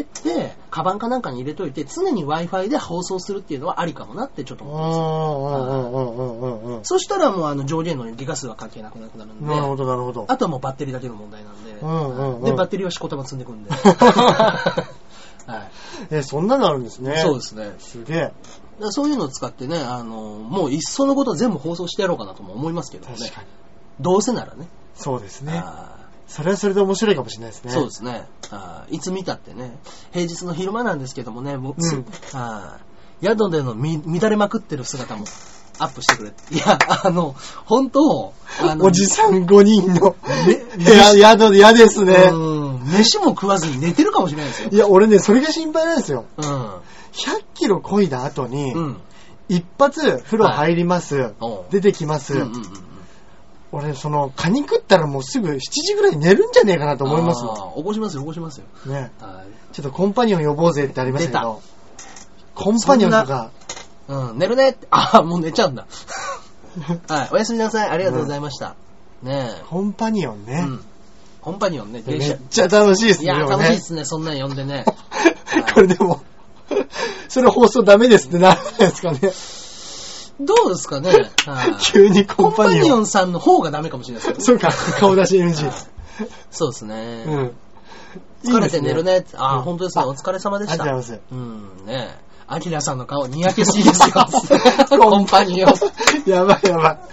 カバンかなんかに入れといて、常に Wi-Fi で放送するっていうのはありかもなってちょっと思ってます。ああ、そしたらもう、あの、上限のギガ数は関係なくなくなるんで。 なるほどなるほど。 あとはもうバッテリーだけの問題なんで。うんうんうん、で、バッテリーはしこたま積んでくんで。 はい。え、そんなのあるんですね。 そうですね。 すげえ。 そういうのを使ってね、あの、もういっそのこと全部放送してやろうかなとも思いますけどね。 確かに。 どうせならね。 そうですね。それはそれで面白いかもしれないですね。 そうですね。あいつ見たってね、平日の昼間なんですけどもね、もう、うん、あ宿でのみ乱れまくってる姿もアップしてくれ。いや、あの、本当あのおじさんごにんの、ね、宿で嫌ですね。 うん。飯も食わずに寝てるかもしれないですよ。 いや、俺ね、それが心配なんですよ。 うん。 ひゃっキロ漕いだ後に、うん、一発風呂入ります、はい、出てきます、うんうんうん、俺そのカニ食ったらもうすぐしちじぐらいに寝るんじゃねえかなと思いますもん。 起こしますよ起こしますよね。はい、ちょっとコンパニオン呼ぼうぜってありましたけど、コンパニオンとかうん、寝るねって、あもう寝ちゃうんだはい、おやすみなさい、ありがとうございました、うん、ねえコンパニオンね、うん、 コンパニオンね、 めっちゃ楽しいですね。 いや楽しいですね、そんなん呼んでねこれでもそれ放送ダメですってならないですかね。 どうですかね。 急にコンパニオン。コンパニオンさんの方がダメかもしれないですけど、ね。そうか、顔出し エヌジー。 そうですね。うん。疲れて寝るね。いいねあ、うん、本当ですね。お疲れ様でした。 ありがとうございます。 うん、ねえ。アキラさんの顔にやけすぎですよ。コンパニオン。 やばいやばい。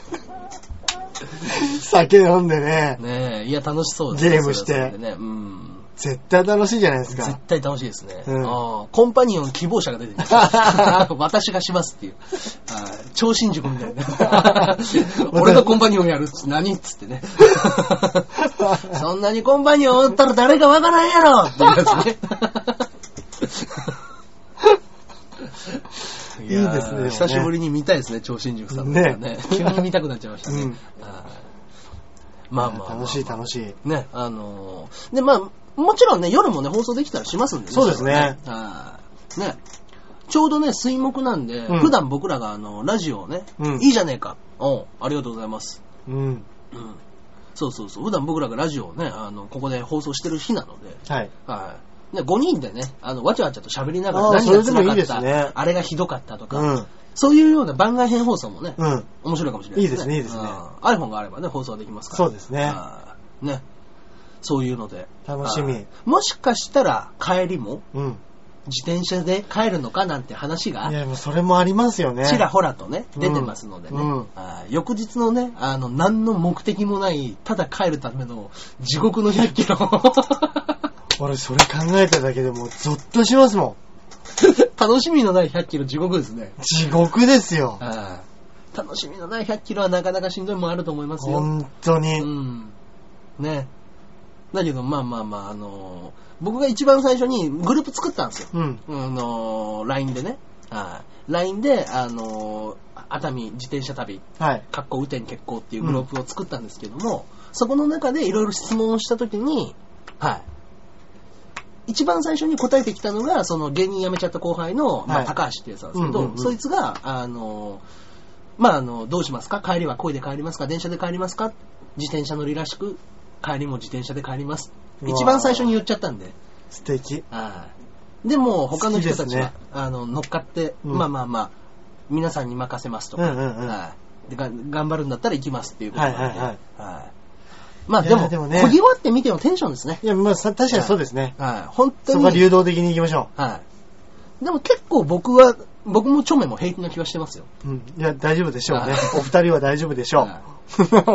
酒飲んでね。 ねえ、いや楽しそうですね。 ゲームして。 ね、うん。 絶対楽しいじゃないですか。 絶対楽しいですね。うん、あコンパニオン希望者が出てきました。私がしますっていう。あ超新塾みたいな。俺がコンパニオンやるっつって何っつってね。そんなにコンパニオンおったら誰かわからんやろっていうやつね。 いいですね。 久しぶりに見たいですね、超新塾さんね。ね急に見たくなっちゃいましたね。うん、まあまあ、まあ。 楽しい楽しい。 ね、あのー、で、まあ、もちろんね、夜もね、放送できたらしますんでね。 そうですね。 あね。 ちょうどね、水木なんで、うん、普段僕らがあの、ラジオをね、うん、いいじゃねえか。おう、ありがとうございます。うん。うん。そうそうそう。普段僕らがラジオをね、あの、ここで放送してる日なので、はい。はい。でごにんでね、あの、わちゃわちゃと喋りながら、何が辛かった、いいですね、あれがひどかったとか、うん、そういうような番外編放送もね、うん、面白いかもしれないですね。いいですね、いいですね。iPhone があればね、放送できますから。 そうですね。 ね。そういうので。 楽しみ。 もしかしたら、帰りも、うん、自転車で帰るのかなんて話が、 いや、もうそれもありますよね。 ちらほらとね、出てますのでね。うんうん、あ翌日のね、あの、何の目的もない、ただ帰るための地獄のひゃっキロ。 俺、それ考えただけでもうゾッとしますもん。 楽しみのないひゃっキロ地獄ですね。 地獄ですよ。 あ楽しみのないひゃっキロはなかなかしんどいもんあると思いますよ。 本当に。 うん。ね。だけど、まあまあまあ、あのー、僕が一番最初にグループ作ったんですよ。うん。あのー、ライン でね。はい。ライン で、あのー、熱海自転車旅、はい。かっこ雨天決行っていうグループを作ったんですけども、うん、そこの中でいろいろ質問をしたときに、はい。一番最初に答えてきたのが、その芸人辞めちゃった後輩の、まあ、高橋ってやつなんですけど、うんうんうん、そいつが、あの、まあ、あの、どうしますか？帰りは漕いで帰りますか？電車で帰りますか？自転車乗りらしく、帰りも自転車で帰ります。一番最初に言っちゃったんで。 素敵。 あでも、他の人たちは、ね、あの、乗っかって、うん、まあまあまあ、皆さんに任せますとか、うんうんうん、でが頑張るんだったら行きますっていうことなんで、はいはいはいはいまあでも、でもね、漕ぎ終わってみてのテンションですね。 いや、まあ確かにそうですね。 はい。はい、本当に。 そこは流動的に行きましょう。はい。でも結構僕は、僕もチョメも平気な気がしてますよ。 うん。いや、大丈夫でしょうね。お二人は大丈夫でしょう。はい、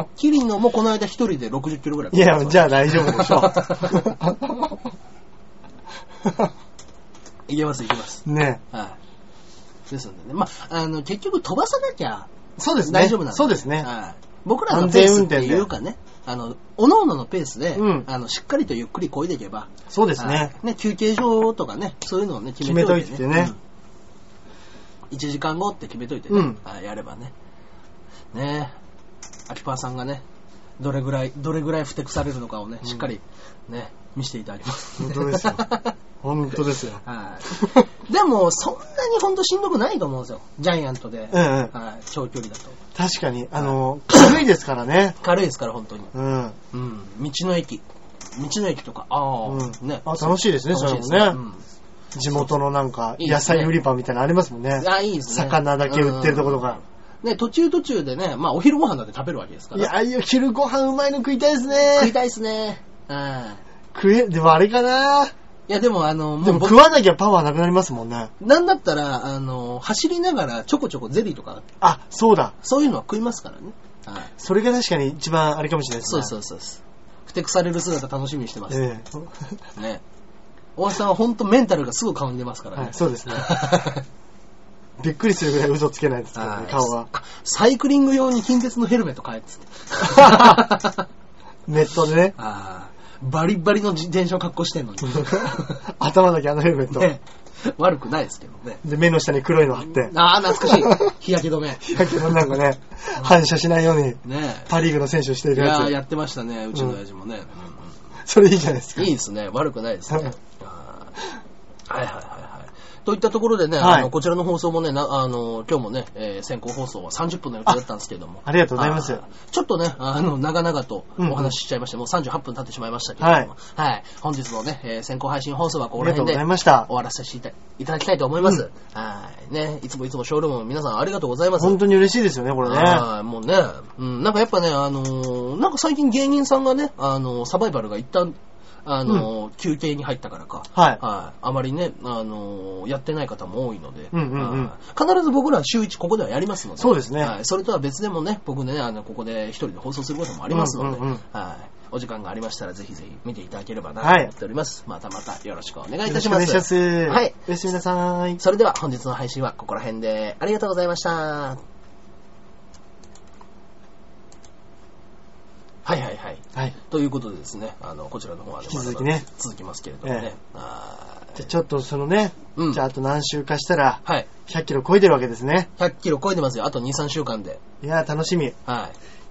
キリンのもこの間一人でろくじゅっキロぐらい。 いや、じゃあ大丈夫でしょう。 いけます、いけます。 ね。 はい。ですのでね。まあ、あの、結局飛ばさなきゃ、 そうですね。 大丈夫なんで。 そうですね。 はい。僕らのペースっていうかね、あの、おのおののペースで、うん、あの、しっかりとゆっくり漕いでいけば。 そうですね。 ね、休憩所とかね、そういうのをね、決めといてね。決めといてね。うん、いちじかんごって決めといてね、うん、やればね。ねアキパーさんがね、どれぐらい、どれぐらいふてくされるのかをね、しっかりね、見せていただきます。 本当ですよ。本当ですよ。 はい。でも、そんなに本当しんどくないと思うんですよ。ジャイアントで。うんうん、はい。長距離だと。 確かに、あの、軽いですからね。 軽いですから、本当に。うん。うん。道の駅。道の駅とか、ああ、うん、ね。 あ、楽しいですね、それもね。うん、地元のなんか、野菜売り場みたいなのありますもんね。 あ、いいですね。 魚だけ売ってるところが。 ね、途中途中でね、まあ、お昼ご飯だって食べるわけですから。 いや、ああいう昼ご飯うまいの食いたいですね。 食いたいですね。うん。 食え、でもあれかな。 いやでもあの、もうでも食わなきゃパワーなくなりますもんね。 なんだったら、あの、走りながらちょこちょこゼリーとか。 あ、そうだ。 そういうのは食いますからね。 はい。それが確かに一番あれかもしれないですね。 そうそうそう。ふてくされる姿楽しみにしてます。ええ。ね。大橋さんは本当メンタルがすぐ顔に出ますからね。はい、 そうですね。びっくりするぐらい嘘つけないですからね、顔は。 サイクリング用に近鉄のヘルメット買えっつって。 ネットでね。 ああ。バリバリの自転車を格好してんのに。 頭だけあのヘルメット。 ね、悪くないですけどね。 で、目の下に黒いの貼って。 ああ、懐かしい。日焼け止め。 日焼け止めなんかね、反射しないように、ね、パリーグの選手をしているやつ。 いややってましたね、うちの親父もね。うん、 それいいじゃないですか。 いいですね、悪くないですね。はいはいはいはい。といったところでね、はい、あのこちらの放送もね、なあの今日もね、えー、先行放送はさんじゅっぷんの予定だったんですけれども。 ありがとうございます。 ちょっとね、あの、長々とお話ししちゃいまして、うんうん、もうさんじゅうはっぷん経ってしまいましたけれども、はい。はい。本日のね、えー、先行配信放送はここら辺で終わらせていただきたいと思います。うん、はい。ね、いつもいつもショールームの皆さんありがとうございます。 本当に嬉しいですよね、これね。 はい。もうね、うん、なんかやっぱね、あのー、なんか最近芸人さんがね、あのー、サバイバルが一旦、あの、うん、休憩に入ったからか、はい、はい、あまりね、あのー、やってない方も多いので、うんうんうん、必ず僕らは週一ここではやりますので、 そうですね。 はい、それとは別でもね、僕ね、あのここで一人で放送することもありますので、うんうんうん、はい、お時間がありましたらぜひぜひ見ていただければなと思っております。はい、またまたよろしくお願いいたします。 よろしくお願いします。 はい。 おやすみなさい。 それでは本日の配信はここら辺でありがとうございました。はいはいはい。はい。ということでですね、あの、こちらの方はね、 引き続きね、 続きますけれどもね。ええ、 あじゃあちょっとそのね、うん、じゃああと何週かしたら、はい。ひゃっキロ超えてるわけですね。 ひゃっキロ超えてますよ。あとに、さんしゅうかんで。 いやー楽しみ。 はい。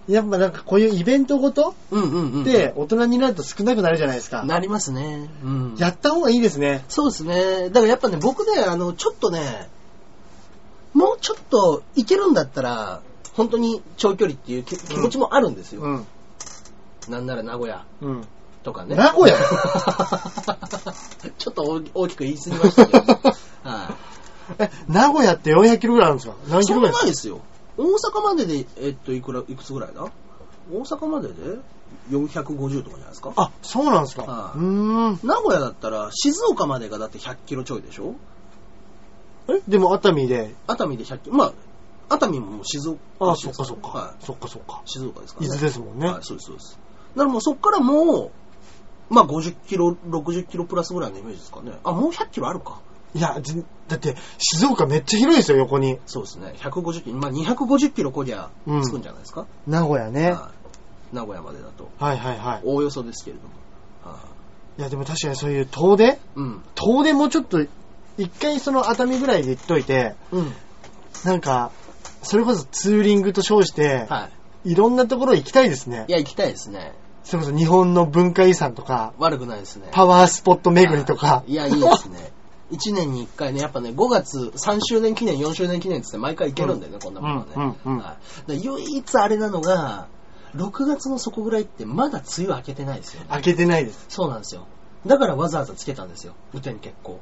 やっぱなんかこういうイベントごとうんうんうん。で、大人になると少なくなるじゃないですか。 なりますね。うん。 やった方がいいですね。 そうですね。だからやっぱね、僕ね、あの、ちょっとね、 もうちょっと行けるんだったら、本当に長距離っていう気持ちもあるんですよ。うん、なんなら名古屋とかね。 名古屋ちょっと大きく言い過ぎましたけど、ね。はい、 え、名古屋ってよんひゃくキロぐらいあるんですか？何キロぐらいですか？そんなないですよ。大阪までで、えっと、いくら、いくつぐらいだ？大阪まででよんひゃくごじゅうとかじゃないですか？ あ、そうなんですか。はい、うーん。名古屋だったら、静岡までがだってひゃっキロちょいでしょ？ えでも熱海で。 熱海でひゃっキロ。まあ、熱海ももう静岡、ね。 ああ、そっかそっか。はい。そっかそっか。 静岡ですからね。 伊豆ですもんね。 はい、そうですそうです。だからもうそっからもう、まあごじゅっキロ、ろくじゅっキロプラスぐらいのイメージですかね。あ、もうひゃっキロあるか。 いや、だって静岡めっちゃ広いですよ、横に。 そうですね。ひゃくごじゅっキロ、まあにひゃくごじゅっキロこりゃ着くんじゃないですか。 うん、名古屋ね、 はあ。名古屋までだと。 はいはいはい。 おおよそですけれども。 はあ、いやでも確かにそういう遠出、うん、遠出もちょっと一回その熱海ぐらいで行っといて、うん、なんかそれこそツーリングと称して、はい、いろんなところ行きたいですね。 いや行きたいですね。 それこそ日本の文化遺産とか悪くないですね。 パワースポット巡りとか。 いやいいですね。いちねんにいっかいね、やっぱね、ごがつさんしゅうねん記念、よんしゅうねん記念って毎回行けるんだよね、うん、こんなものはね。うんうんうん、はい、唯一あれなのが、ろくがつの底ぐらいってまだ梅雨明けてないですよね。 明けてないです。 そうなんですよ。だからわざわざつけたんですよ。雨天決行。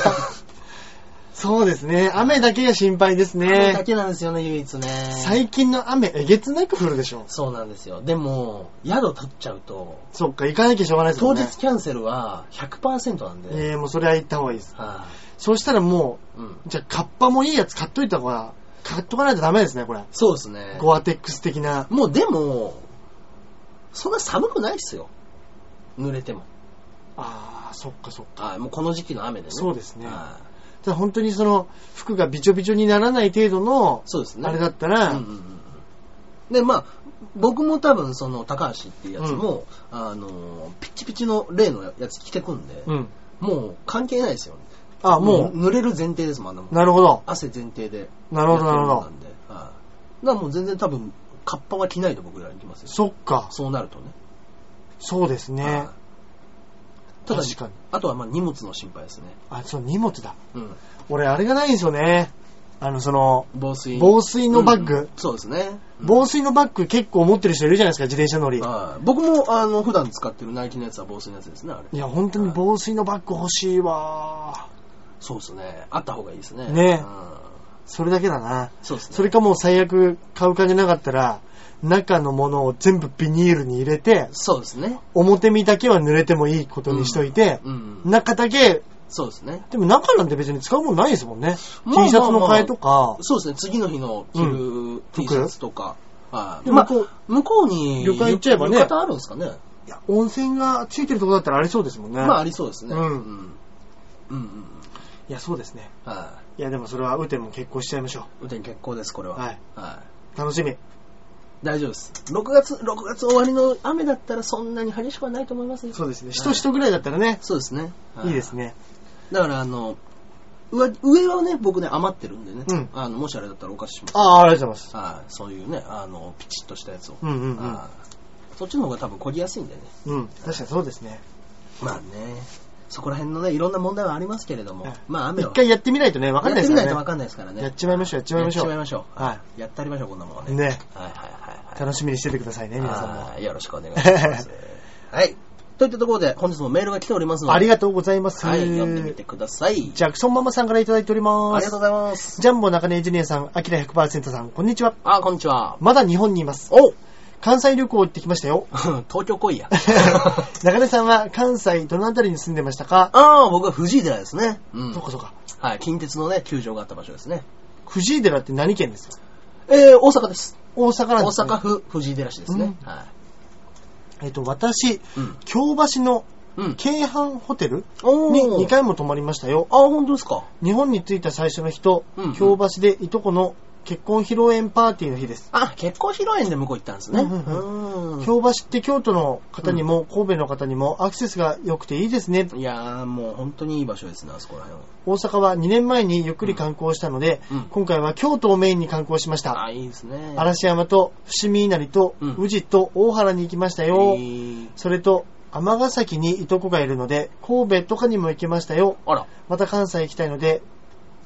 そうですね。雨だけが心配ですね。 雨だけなんですよね、唯一ね。 最近の雨、えげつなく降るでしょ。 そうなんですよ。でも、宿取っちゃうと。 そっか、行かなきゃしょうがないですもんね。 当日キャンセルは ひゃくパーセント なんで。 ええー、もうそれは行った方がいいです。 はい、あ、 そうしたらもう、うん、じゃあカッパもいいやつ買っといた方が、買っとかないとダメですね、これ。 そうですね。 ゴアテックス的な。 もうでも、そんな寒くないっすよ。濡れても。 ああ、そっかそっか。 あ、もうこの時期の雨でね。 そうですね。ただ本当にその服がびちょびちょにならない程度の、そうですね。あれだったら、うんうんうん、 でまあ僕も多分その高橋っていうやつも、うん、あのピッチピチの例のやつ着てくんで、うん、もう関係ないですよね。 あ、もう濡れる前提ですもん、あんなもん。 なるほど。 汗前提で。 なるほどなるほど。なんで、 はい、だからもう全然多分カッパは着ないと僕ら行きますよ。 そっか。 そうなるとね。 そうですね。 ただ確かに。あとはまあ荷物の心配ですね。 あ、そう、荷物だ。うん。俺、あれがないんですよね。あの、その、 防水。 防水のバッグ。うん、 そうですね、 うん。防水のバッグ結構持ってる人いるじゃないですか、自転車乗り。 はい。僕も、あの、普段使ってるナイキのやつは防水のやつですね、あれ。 いや、本当に防水のバッグ欲しいわ。 そうですね。あった方がいいですね。 ね。うん、それだけだな。 そうですね。 それかもう最悪買う金なかったら、中のものを全部ビニールに入れて、 そうですね。 表身だけは濡れてもいいことにしといて、うんうん、中だけ、 そうですね。 でも中なんて別に使うもんないですもんね。まあまあまあ、T シャツの替えとか。 そうですね。次の日の着る、うん、T シャツとか。はい。まあ、向こうに旅館行っちゃえばね。 浴衣あるんですかね。 いや、温泉がついてるところだったらありそうですもんね。 まあありそうですね。うん。うんうんうん。いや、そうですね。 はい。 いや、でもそれは雨天も決行しちゃいましょう。 雨天決行です、これは。はい。はい。 楽しみ。 大丈夫です。ろくがつ、ろくがつ終わりの雨だったらそんなに激しくはないと思いますよ。 そうですね。しとしとぐらいだったらね。 そうですね。 いいですね。 だからあの、上、上はね、僕ね、余ってるんでね。うん、あの、もしあれだったらお貸しします。 ああ、ありがとうございます。 はい。そういうね、あの、ピチッとしたやつを。 うんうんうん。 そっちの方が多分凝りやすいんでね。 うん。確かにそうですね。 まあね。そこら辺のね、いろんな問題はありますけれども、まあ雨は。 一回やってみないとね、わかんないですからね。 やってみないとわかんないですからね。 やっちまいましょう、やっちまいましょう。 やっちまいましょう。 はい。 やってありましょう、こんなもんはね。 ね。はいはいはい。 楽しみにしててくださいね、皆さんも。 よろしくお願いします。はい。といったところで、本日もメールが来ておりますので。 ありがとうございます。 はい、読んでみてください。 ジャクソンママさんからいただいております。 ありがとうございます。 ジャンボ中根エンジニアさん、アキラ ひゃくパーセント さん、こんにちは。 あ、こんにちは。 まだ日本にいます。 お関西旅行行ってきましたよ。 東京来いや。 中根さんは関西どのあたりに住んでましたか？ ああ、僕は藤井寺ですね。 うん。そうかそうか。 はい、近鉄のね、球場があった場所ですね。 藤井寺って何県ですか？ えー、大阪です。 大阪なんですね。大阪府藤井寺市ですね。うん、はい。 えっと、私、うん、京橋の京阪ホテルににかいも泊まりましたよ。 あ、本当ですか。 日本に着いた最初の日と、うんうん、京橋でいとこの結婚披露宴パーティーの日です。 あ、結婚披露宴で向こう行ったんですね。うんうんうん、京橋って京都の方にも、うん、神戸の方にもアクセスが良くていいですね。 いやー、もう本当にいい場所ですね、あそこら辺は。 大阪はにねんまえにゆっくり観光したので、うんうん、今回は京都をメインに観光しました。 あ、いいですね。 嵐山と伏見稲荷と、うん、宇治と大原に行きましたよ。それと、尼崎にいとこがいるので、神戸とかにも行きましたよ。 あら。 また関西行きたいので、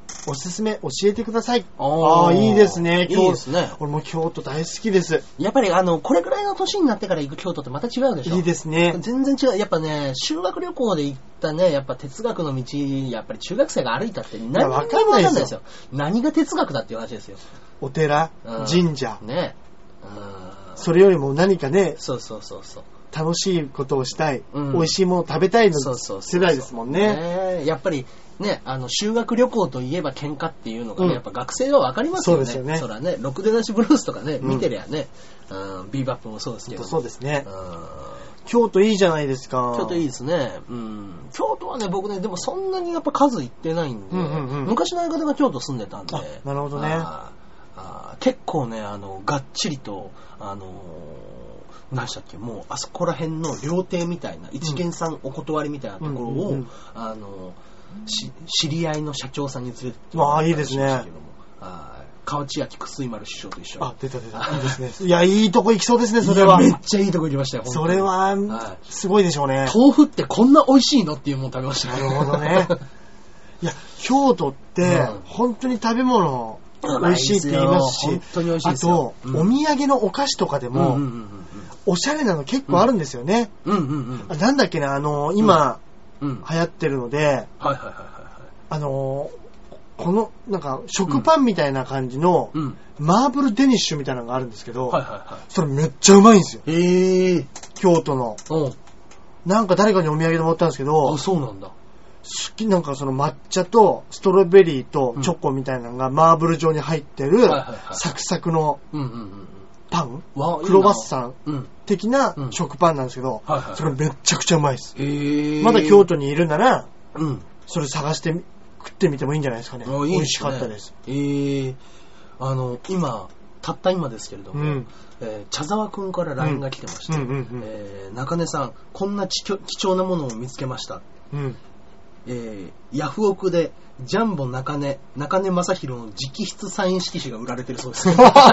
おすすめ教えてください。ああ、いいですね。 いいですね。 俺も京都大好きです。 やっぱりあの、これくらいの年になってから行く京都ってまた違うでしょ。 いいですね。 全然違う。やっぱね、修学旅行で行ったね、やっぱ哲学の道、やっぱり中学生が歩いたって何もわかんないですよ。何が哲学だっていう話ですよ。 お寺、うん、神社。 ね。 うん、それよりも何かね、 そうそうそうそう。 楽しいことをしたい、うん、美味しいものを食べたいの世代ですもんね。 ね、やっぱりね、あの修学旅行といえば喧嘩っていうのがね、うん、やっぱ学生は分かりますよね。そうですよね。そらね、ろくでなしブルースとかね、うん、見てりゃね、うん、ビーバップもそうですけど。 そうですね。うん、京都いいじゃないですか。 京都いいですね。うん、京都はね、僕ね、でもそんなにやっぱ数行ってないんで、うんうんうん、昔の相方が京都住んでたんで。 なるほどね。 ああ、結構ね、あのがっちりとあのー何でしたっけ、もうあそこら辺の料亭みたいな一見さんお断りみたいなところを、うんうんうん、あのし知り合いの社長さんに連れてってもらったりしましたけども、あ、河内焼楠井丸師匠と一緒に。 あ、出た出た。いいですね。いや、いいとこ行きそうですね、それは。 めっちゃいいとこ行きましたよ。 それは、はい、すごいでしょうね。 豆腐ってこんな美味しいのっていうもの食べましたね。 なるほどね。いや、京都って、うん、本当に食べ物美味しいって言いますし、 本当に美味しいですよ。 あと、うん、お土産のお菓子とかでも、うんうんうんうん、おしゃれなの結構あるんですよね。 うんうんうんうん、 なんだっけな、あのー、今、うん、流行ってるので、はいはいはいはい、 あのー、この、なんか、食パンみたいな感じの、うん、マーブルデニッシュみたいなのがあるんですけど、はいはいはい、それめっちゃうまいんですよ。 へー。 京都の。なんか誰かにお土産でもらったんですけど、 あ、そうなんだ。 好き、なんかその抹茶とストロベリーとチョコみたいなのがマーブル状に入ってるサクサクのパン、クロワッサン的な食パンなんですけど、それめっちゃくちゃうまいです。まだ京都にいるなら、それ探して食ってみてもいいんじゃないですかね。美味しかったです。 えー、あの今たった今ですけれども、うんえー、茶沢くんから ライン が来てまして、うんうんうんうんえー、中根さんこんな貴重なものを見つけました。うんえー、ヤフオクでジャンボ中根中根正宏の直筆サイン色紙が売られてるそうです、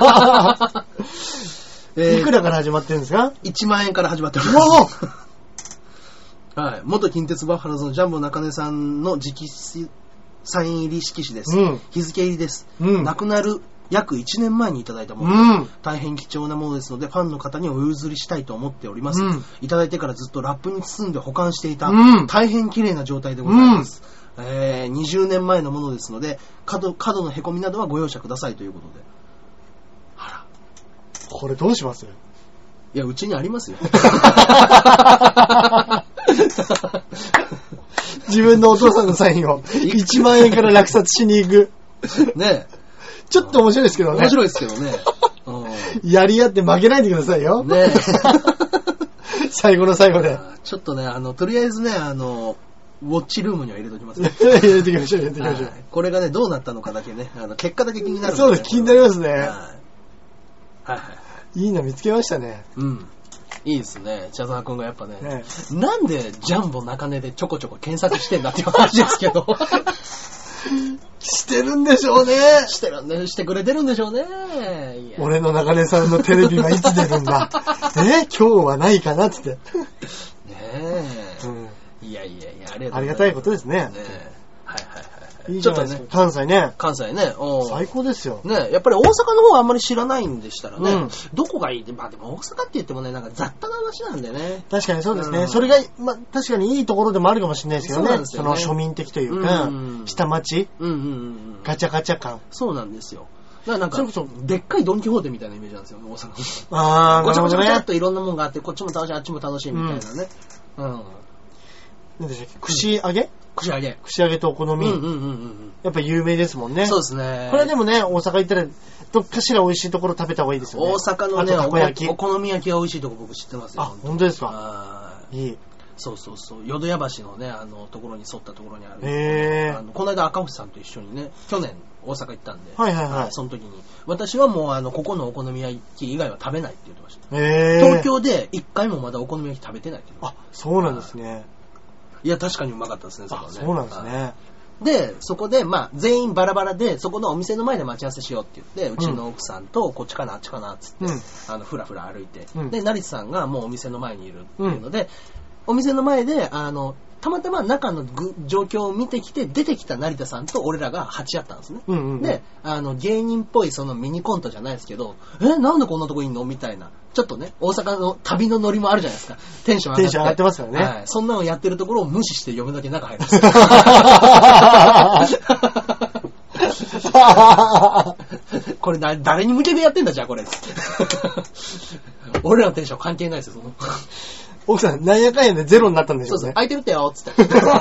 えー、いくらから始まってるんですか？ いちまんえんから始まっております、はい、元近鉄バッファローズのジャンボ中根さんの直筆サイン入り色紙です、うん、日付入りです、うん、亡くなる約いちねんまえにいただいたもの、うん、大変貴重なものですのでファンの方にお譲りしたいと思っております、うん、いただいてからずっとラップに包んで保管していた、うん、大変綺麗な状態でございます、うんえー、にじゅうねんまえのものですので 角, 角のへこみなどはご容赦くださいということで。あら、 これどうします？ いや、うちにありますよ自分のお父さんのサインをいちまんえんから落札しに行くねえ、 ちょっと面白いですけどね。 面白いですけどね。 やり合って負けないでくださいよ。 ね最後の最後で。 ちょっとね、あの、とりあえずね、あの、ウォッチルームには入れときますね。 入れてきましょう、入れてきましょう。 これがね、どうなったのかだけね、あの結果だけ気になる、ね。 そうです、気になりますね。はい。はいはい。 いいの見つけましたね。 うん。いいですね。茶沢くんがやっぱね、ねなんでジャンボ中根でちょこちょこ検索してんだっていう話ですけど。 してるんでしょうね。 してるんで、してくれてるんでしょうね。 いや俺の中根さんのテレビはいつ出るんだ。え今日はないかなって。ねえ、うん。いやいやいや、ありがとうございます。 ありがたいことですね。ねはいはいはい。 いいじゃないですか。ね、関西ね。 関西ね。 最高ですよ。 ね、やっぱり大阪の方はあんまり知らないんでしたらね。うん、どこがいいって、まあでも大阪って言ってもね、なんか雑多な話なんでね。 確かにそうですね。うん、それが、まあ確かにいいところでもあるかもしれないですけどね。そ, ねその庶民的というか、うんうん、下町、うんうんうん、ガチャガチャ感。 そうなんですよ。だからなんか、それこそでっかいドンキホーテみたいなイメージなんですよ、大阪の。 ああ、 ごちゃごちゃごちゃっといろんなもんがあって、こっちも楽しい、あっちも楽しいみたいなね。うん。うん、 なんでしたっけ、串揚げ串揚げ。 串揚げとお好み。うんうんうんうん。やっぱ有名ですもんね。 そうですね。 これでもね、大阪行ったら、どっかしら美味しいところ食べた方がいいですよね。 大阪のね、たこ焼きお好み焼きが美味しいとこ僕知ってますよ。 あ、本当ですか。いい。 そうそうそう。淀屋橋のね、あの、ところに沿ったところにある。 へー。 あのこの間赤星さんと一緒にね、去年大阪行ったんで。 はいはいはい。 その時に。私はもう、あの、ここのお好み焼き以外は食べないって言ってました。 へー。 東京で一回もまだお好み焼き食べてないって言ってました。 あ、そうなんですね。 いや、確かにうまかったですね、そこはね。 そうなんですね。 で、そこで、まあ、全員バラバラで、そこのお店の前で待ち合わせしようって言って、うちの奥さんと、こっちかな、あっちかな、っつって、うん、あの、ふらふら歩いて、うん、で、成田さんがもうお店の前にいるっていうので、うん、お店の前で、あの、 たまたま中の状況を見てきて、出てきた成田さんと俺らが鉢合ったんですね。うんうんうん、で、あの、芸人っぽいそのミニコントじゃないですけど、え、なんでこんなとこいんのみたいな。ちょっとね、大阪の旅のノリもあるじゃないですか。テンション上がって。 テンション上がってますからね。 はい。そんなのやってるところを無視して読むだけ中入るんですこれだ誰に向けてやってんだじゃあこれ。俺らのテンション関係ないですよ。その奥さん、なんやかんやでゼロになったんでしょうね。 そうそう、空いてるってよ、つって。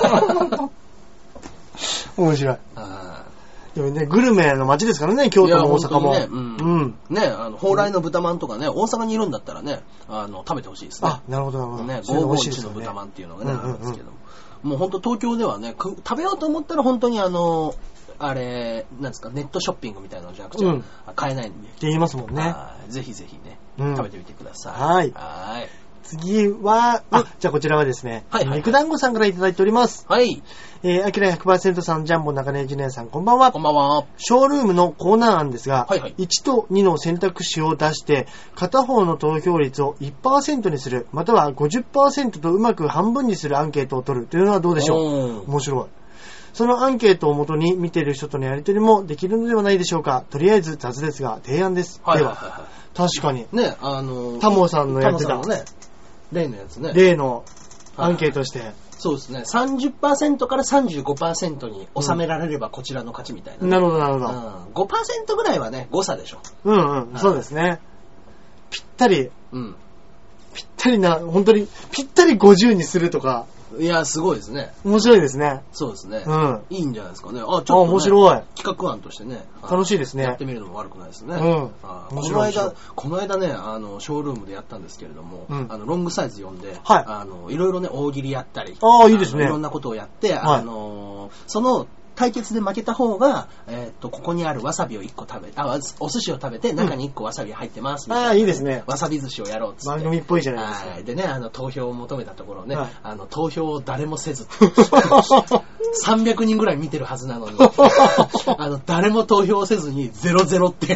面白い。でもね、グルメの街ですからね、京都も大阪も。 ね、うん。うん、ね、あの、蓬莱の豚まんとかね、大阪にいるんだったらね、あの、食べてほしいですね。 あ、なるほど、なるほど。 ね、ごーごーいちの豚まんっていうのがね、あるんですけども。もう本当東京ではね、食べようと思ったら本当にあの、あれ、なんですか、ネットショッピングみたいなのじゃなくて、うん、買えないんで。って言いますもんね。 ぜひぜひね、うん、食べてみてください。 はい。はい。次は、あ、じゃあこちらはですね、はい、はい。肉団子さんからいただいております。はい。えー、アキラ ひゃくパーセント さん、ジャンボ中根ジュニアさん、こんばんは。 こんばんは。 ショールームのコーナー案ですが、はいはい、いちとにの選択肢を出して、片方の投票率を いちパーセント にする、または ごじゅっパーセント とうまく半分にするアンケートを取るというのはどうでしょう。面白い。そのアンケートをもとに見ている人とのやり取りもできるのではないでしょうか。とりあえず雑ですが提案です。はいはいはいはい、では、確かに。 ね、あのー、 タモさんのやってた。 ね、例のやつね。 例のアンケートして。はい、 そうですね。さんじゅっパーセント から さんじゅうごパーセント に収められればこちらの勝ちみたいな、ね。 なるほどなるほど、うん。 ごパーセント ぐらいはね、誤差でしょ。 うんうん。そうですね。ぴったり。うん。ぴったりな、本当に、ぴったりごじゅうにするとか。 いや、すごいですね。 面白いですね。 そうですね。うん。いいんじゃないですかね。あ、ちょっと、ね、 あ、面白い。 企画案としてね。 楽しいですね。 やってみるのも悪くないですね。うん。あこの間、この間ね、あの、ショールームでやったんですけれども、うん、あの、ロングサイズ読んで、はい。あの、いろいろね、大喜利やったり。 ああ、いいですね。 いろんなことをやって、あの、その、対決で負けた方が、えっと、ここにあるわさびをいっこ食べ、あ、お寿司を食べて中にいっこわさび入ってますみたいな、 うん。ああ、いいですね。 わさび寿司をやろうっつって。 番組っぽいじゃないですか。 はい。でね、あの、投票を求めたところね、はい、あの、投票を誰もせず、さんびゃくにんぐらい見てるはずなのに、あの、誰も投票せずにゼロゼロっていう、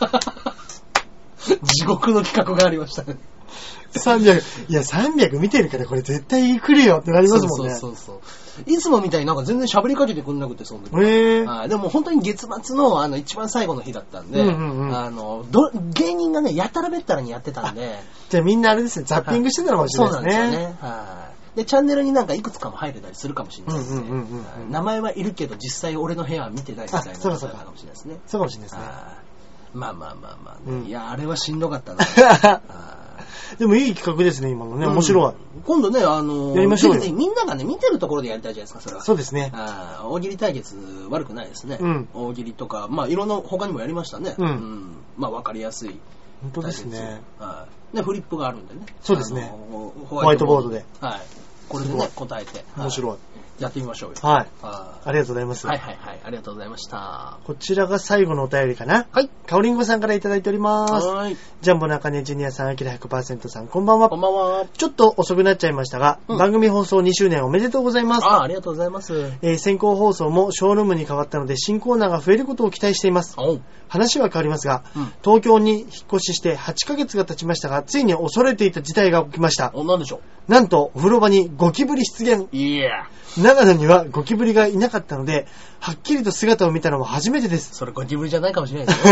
地獄の企画がありましたね。 さんびゃく、いや、さんびゃく見てるからこれ絶対来るよってなりますもんね。 そうそうそうそう。いつもみたいになんか全然喋りかけてくんなくて、その時。へー。でも本当に月末のあの一番最後の日だったんで、うんうんうん、あのど芸人がね、やたらべったらにやってたんで。 じゃあみんなあれですね、ザッピングしてたのかもしれないですね。 そうなんですよね。はい。で、チャンネルになんかいくつかも入れたりするかもしれないですね。うんうんうんうん、名前はいるけど、実際俺の部屋は見てないみたいなそうかそうかかもしれないですね。 そうかもしれないですね。 まあまあまあまあ、ねうん、いや、あれはしんどかったな。 でもいい企画ですね、今のね。面白い。うん、 今度ね、あのー、 やりましょうよ。 みんながね、見てるところでやりたいじゃないですか、それは。 そうですね。 あ大喜利対決悪くないですね。うん、大喜利とか、まあいろんな他にもやりましたね。うん。うん、まあわかりやすい。 本当ですね。 はい。で、フリップがあるんでね。 そうですね。ホワイトボードで。 はい。これでね、答えて。 面白い。 やってみましょうよ。 はい。ありがとうございます。 はいはいはい。ありがとうございました。 こちらが最後のお便りかな。はい。かおりんごさんからいただいております。はい。ジャンボ中根ジュニアさん、アキラ ひゃくパーセント さん、こんばんは。 こんばんは。 ちょっと遅くなっちゃいましたが、うん、番組放送にしゅうねんおめでとうございます。 ああ、ありがとうございます。 えー、先行放送もショールームに変わったので、新コーナーが増えることを期待しています。お話は変わりますが、うん、東京に引っ越ししてはちかげつが経ちましたが、ついに恐れていた事態が起きました。 お、なんでしょう。なんと、お風呂場にゴキブリ出現。 いや。 長野にはゴキブリがいなかったので、はっきりと姿を見たのも初めてです。 それゴキブリじゃないかもしれないですよ。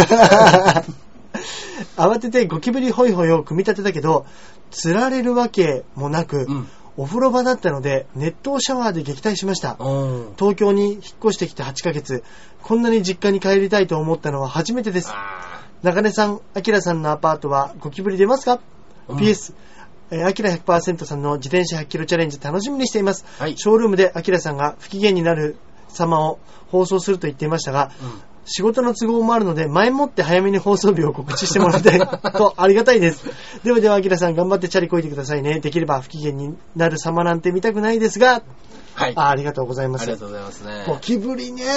慌ててゴキブリホイホイを組み立てたけど、釣られるわけもなく、うん、お風呂場だったので熱湯シャワーで撃退しました。東京に引っ越してきてはちかげつ、こんなに実家に帰りたいと思ったのは初めてです。中根さん、あきらさんのアパートはゴキブリ出ますか？ うん、ピーエスアキラ ひゃくパーセント さんの自転車ひゃっキロチャレンジ楽しみにしています。はい、ショールームでアキラさんが不機嫌になる様を放送すると言っていましたが、うん、仕事の都合もあるので前もって早めに放送日を告知してもらいたいとありがたいです。ではではアキラさん頑張ってチャリこいてくださいね。できれば不機嫌になる様なんて見たくないですが、はい、あ, ありがとうございます。 ありがとうございますね。 ゴキブリね。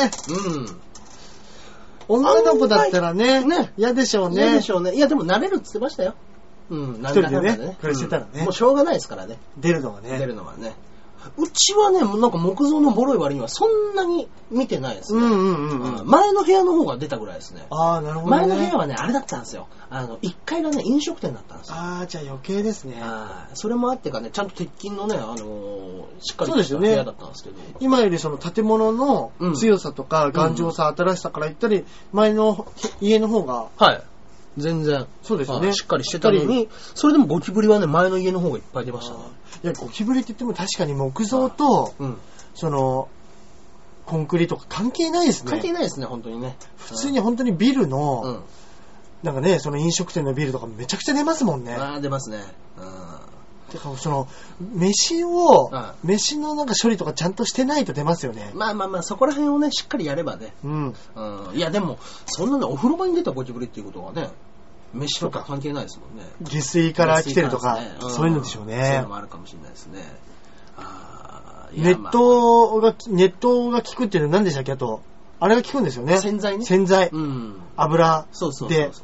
うん。女の子だったらね、ね、嫌でしょうね。 嫌でしょうね。いやでも慣れるって言ってましたよ。うん、 一人でね、暮らしてたらね、 うん。もうしょうがないですからね。 出るのはね。 出るのはね。 うちはね、なんか木造のボロい割にはそんなに見てないですね。 うんうんうんうん、 前の部屋の方が出たぐらいですね。 ああ、なるほど、ね。 前の部屋はね、あれだったんですよ。あの、いっかいがね、飲食店だったんですよ。 ああ、じゃあ余計ですね。 あそれもあってかね、ちゃんと鉄筋のね、あのー、しっかりした部屋だったんですけど。ね、 今よりその建物の強さとか頑丈さ、新しさから言ったり、前の家の方が。 はい。全然。 そうですよね。 しっかりしてたのに、それでもゴキブリはね、前の家の方がいっぱい出ましたね。 いや、ゴキブリって言っても確かに木造と、うん、その、コンクリとか関係ないですね。 関係ないですね、本当にね。 普通に本当にビルの、うん、なんかね、その飲食店のビルとかめちゃくちゃ出ますもんね。 ああ、出ますね。うん。 てか、その、飯を、飯のなんか処理とかちゃんとしてないと出ますよね。 まあまあまあ、そこら辺をね、しっかりやればね。うん。うん、いや、でも、そんなね、お風呂場に出たゴキブリっていうことはね、飯とか関係ないですもんね。 下水から来てるとか、ね、うん、そういうのでしょうね。 そういうのもあるかもしれないですね。あ熱湯が、熱湯が効くっていうのは何でしたっけ？あと、あれが効くんですよね。 洗剤ね。 洗剤。 うん。 油で。 そうそうそうそう。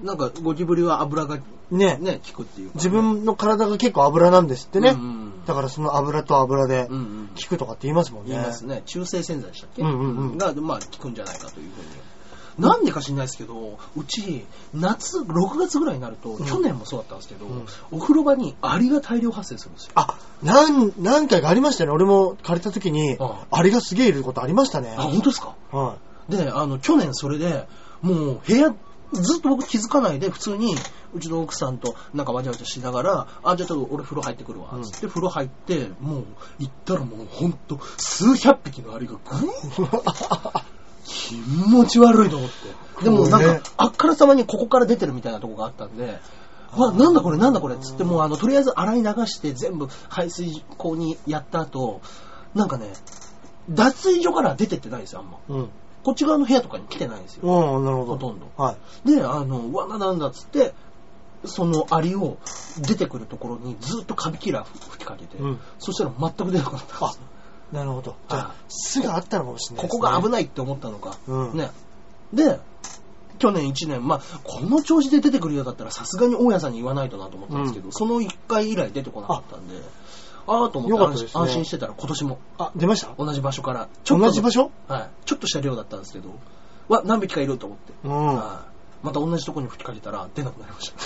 なんか、ゴキブリは油がね、ね、効くっていうか、ね。 自分の体が結構油なんですってね。うんうん、だからその油と油で効くとかって言いますもんね。 言いますね。中性洗剤でしたっけ？ うんうんうん。 が、まあ、効くんじゃないかというふうに。なんでか知んないですけど、うち、夏、ろくがつぐらいになると、うん、去年もそうだったんですけど、うん、お風呂場にアリが大量発生するんですよ。 あ、何、何回かありましたね。俺も借りた時に、ああアリがすげえいることありましたね。 あ、本当ですか？はい。で、あの、去年それで、もう部屋、ずっと僕気づかないで、普通に、うちの奥さんとなんかわちゃわちゃしながら、あ、じゃあちょっと俺風呂入ってくるわ、つって風呂入って、もう行ったらもうほんと、数百匹のアリがぐー気持ち悪いと思って。でもなんか、あっからさまにここから出てるみたいなとこがあったんで、わ、なんだこれなんだこれっつってもうあの、とりあえず洗い流して全部排水口にやった後、なんかね、脱衣所から出てってないですよ、あんま。うん、こっち側の部屋とかに来てないんですよ。 うん、なるほど。 ほとんど。 はい。 で、あの、わ、なんだっつって、そのアリを出てくるところにずっとカビキラー吹きかけて、うん、そしたら全く出なかったんです。 なるほど。じゃあ、巣があったのかもしれないですね。ここが危ないって思ったのか。うん、ね。で、去年いちねん、まあ、この調子で出てくるようだったらさすがに大家さんに言わないとなと思ったんですけど、うん、そのいっかい以来出てこなかったんで、ああと思って安、ね、安心してたら今年も。 あ、出ました？ 同じ場所から。 ちょっと同じ場所？ はい。ちょっとした量だったんですけど、わ、何匹かいると思って。うん。はい。また同じとこに吹きかけたら出なくなりました。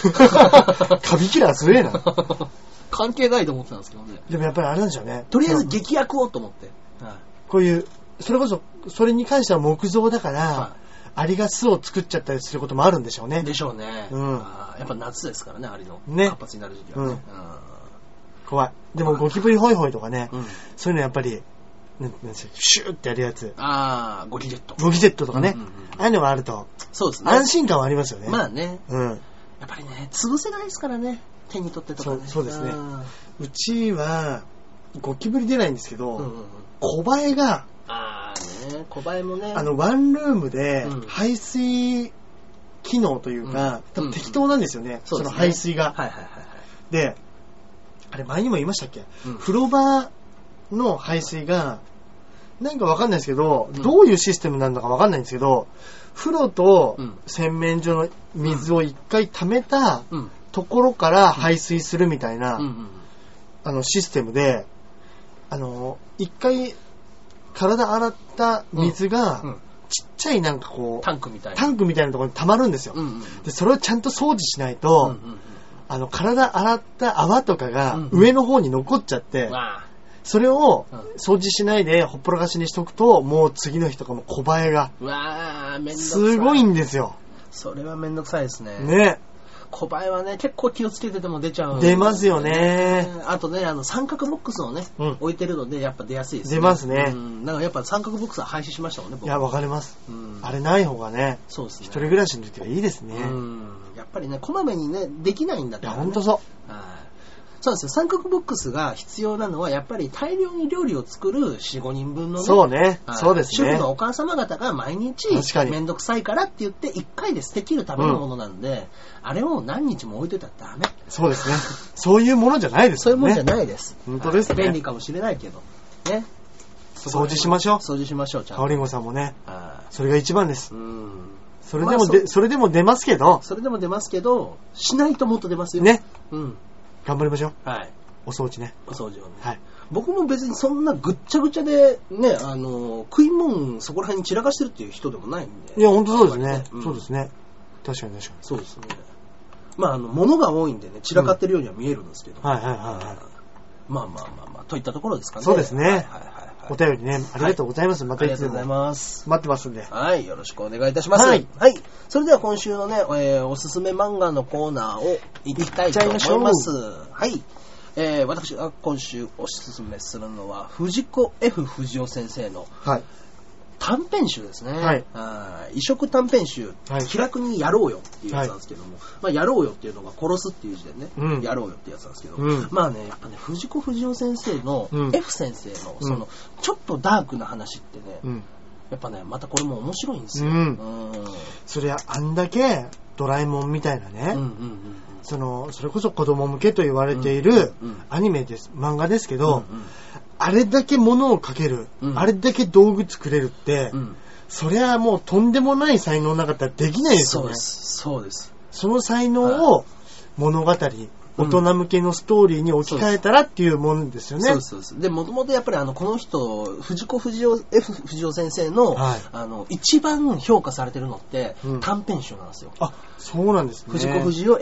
カビキラーすげえな。 関係ないと思ってたんですけどね。 でもやっぱりあれなんでしょうね。 とりあえず劇薬をと思って。はい。 こういう、それこそ、それに関しては木造だから、はい、アリが巣を作っちゃったりすることもあるんでしょうね。 でしょうね。うん。あやっぱ夏ですからね、アリの。 ね。 活発になる時期はね。うん。 怖い。でもゴキブリホイホイとかね、うん、そういうのやっぱり、なんなんですよ、シューってやるやつ。 ああ、ゴキジェット。 ゴキジェットとかね。うんうんうん、ああいうのがあると、 そうですね。 安心感はありますよね。 まあね。 うん。 やっぱりね、潰せないですからね。手に取ってとかね。 そう、そうですね。うちは、ゴキブリ出ないんですけど、うんうんうん、小映えが、 ああね、小映えもね。 あの、ワンルームで、排水機能というか、うん、多分適当なんですよね。うんうん、その排水が。 はいはいはいはい。 で、あれ前にも言いましたっけ、うん、風呂場の排水が、なんかわかんないですけど、うん、どういうシステムなのかわかんないんですけど、風呂と洗面所の水を一回溜めたところから排水するみたいな、うんうん、あのシステムで、あの、一回体洗った水が、うんうん、ちっちゃいなんかこう、 タンクみたいな。 タンクみたいなところに溜まるんですよ。うんうんうん、で、それをちゃんと掃除しないと、うんうんうん、あの、体洗った泡とかが上の方に残っちゃって、うんうん、それを掃除しないでほっぽらかしにしとくと、もう次の日とかも小映えが、 うわー、めんどくさい。 すごいんですよ。 それはめんどくさいですね。 ね。 小映えはね、結構気をつけてても出ちゃう、 ね。出ますよね。 あとね、あの、三角ボックスをね、うん、置いてるので、やっぱ出やすいですね。 出ますね。 うん。だからやっぱ三角ボックスは廃止しましたもんね、僕。 いや、わかります。うん、あれない方がね、 そうですね。 一人暮らしの時はいいですね。 うん。やっぱりね、こまめにね、できないんだったら、ね。 いや、ほんとそう。 はい。そうですよ。三角ボックスが必要なのは、やっぱり大量に料理を作るよん、ごにんぶんのね。 そうね。そうですね。 主婦のお母様方が毎日、めんどくさいからって言って、いっかいで捨て切るためのものなんで、うん、あれを何日も置いてたらダメ。 そうですね。そういうものじゃないですよね。 そういうものじゃないです。 本当ですね。 便利かもしれないけど。ね。 掃除しましょう。 掃除しましょう、ちゃんと。 かおりんごさんもね。それが一番です。うん。それでもで、まあ、それでも出ますけど。 それでも出ますけど、しないともっと出ますよ。 ね。 うん。 頑張りましょう。 はい。 お掃除ね。 お掃除をね。 はい。 僕も別にそんなぐっちゃぐちゃでね、あの食い物そこら辺に散らかしてるっていう人でもないんで。 いや本当そうですね、うん、そうですね、確かに確かにそうですね。まああの物が多いんでね散らかってるようには見えるんですけど、うん、 はいはいはいはい、 まあまあまあまあといったところですかね。 そうですね、はいはいはい、お便りね、ありがとうございます。 はい、 またいつでも。 ありがとうございます。 待ってますんで。 はい、よろしくお願いいたします。 はい。 はい。それでは今週のね、えー、おすすめ漫画のコーナーを行きたいと思います。はい。えー、私が今週おすすめするのは、藤子 F 不二雄先生の、はい。短編集ですね。はい。あ異色短編集、はい、気楽にやろうよっていうやつなんですけども、はい、まあやろうよっていうのが殺すっていう字でね、うん、やろうよってやつなんですけど、うん、まあね、やっぱね、藤子不二雄先生の、うん、F 先生の、その、うん、ちょっとダークな話ってね、うん、やっぱね、またこれも面白いんですよ。うん。うん、 そりゃ、あんだけ、ドラえもんみたいなね、うんうんうんうん、その、それこそ子供向けと言われているアニメです、漫画ですけど、うんうん、あれだけ物をかける、うん、あれだけ道具作れるって、うん、そりゃもうとんでもない才能なかったらできないですよね。 そうです。そうです。 その才能を物語、はい、大人向けのストーリーに置き換えたらっていうもんですよね。 そうですそうです。で、もともとやっぱりあの、この人、藤子不二雄、F 不二雄先生の、はい、あの、一番評価されてるのって、うん、短編集なんですよ。 あ、そうなんですね。 藤子不二雄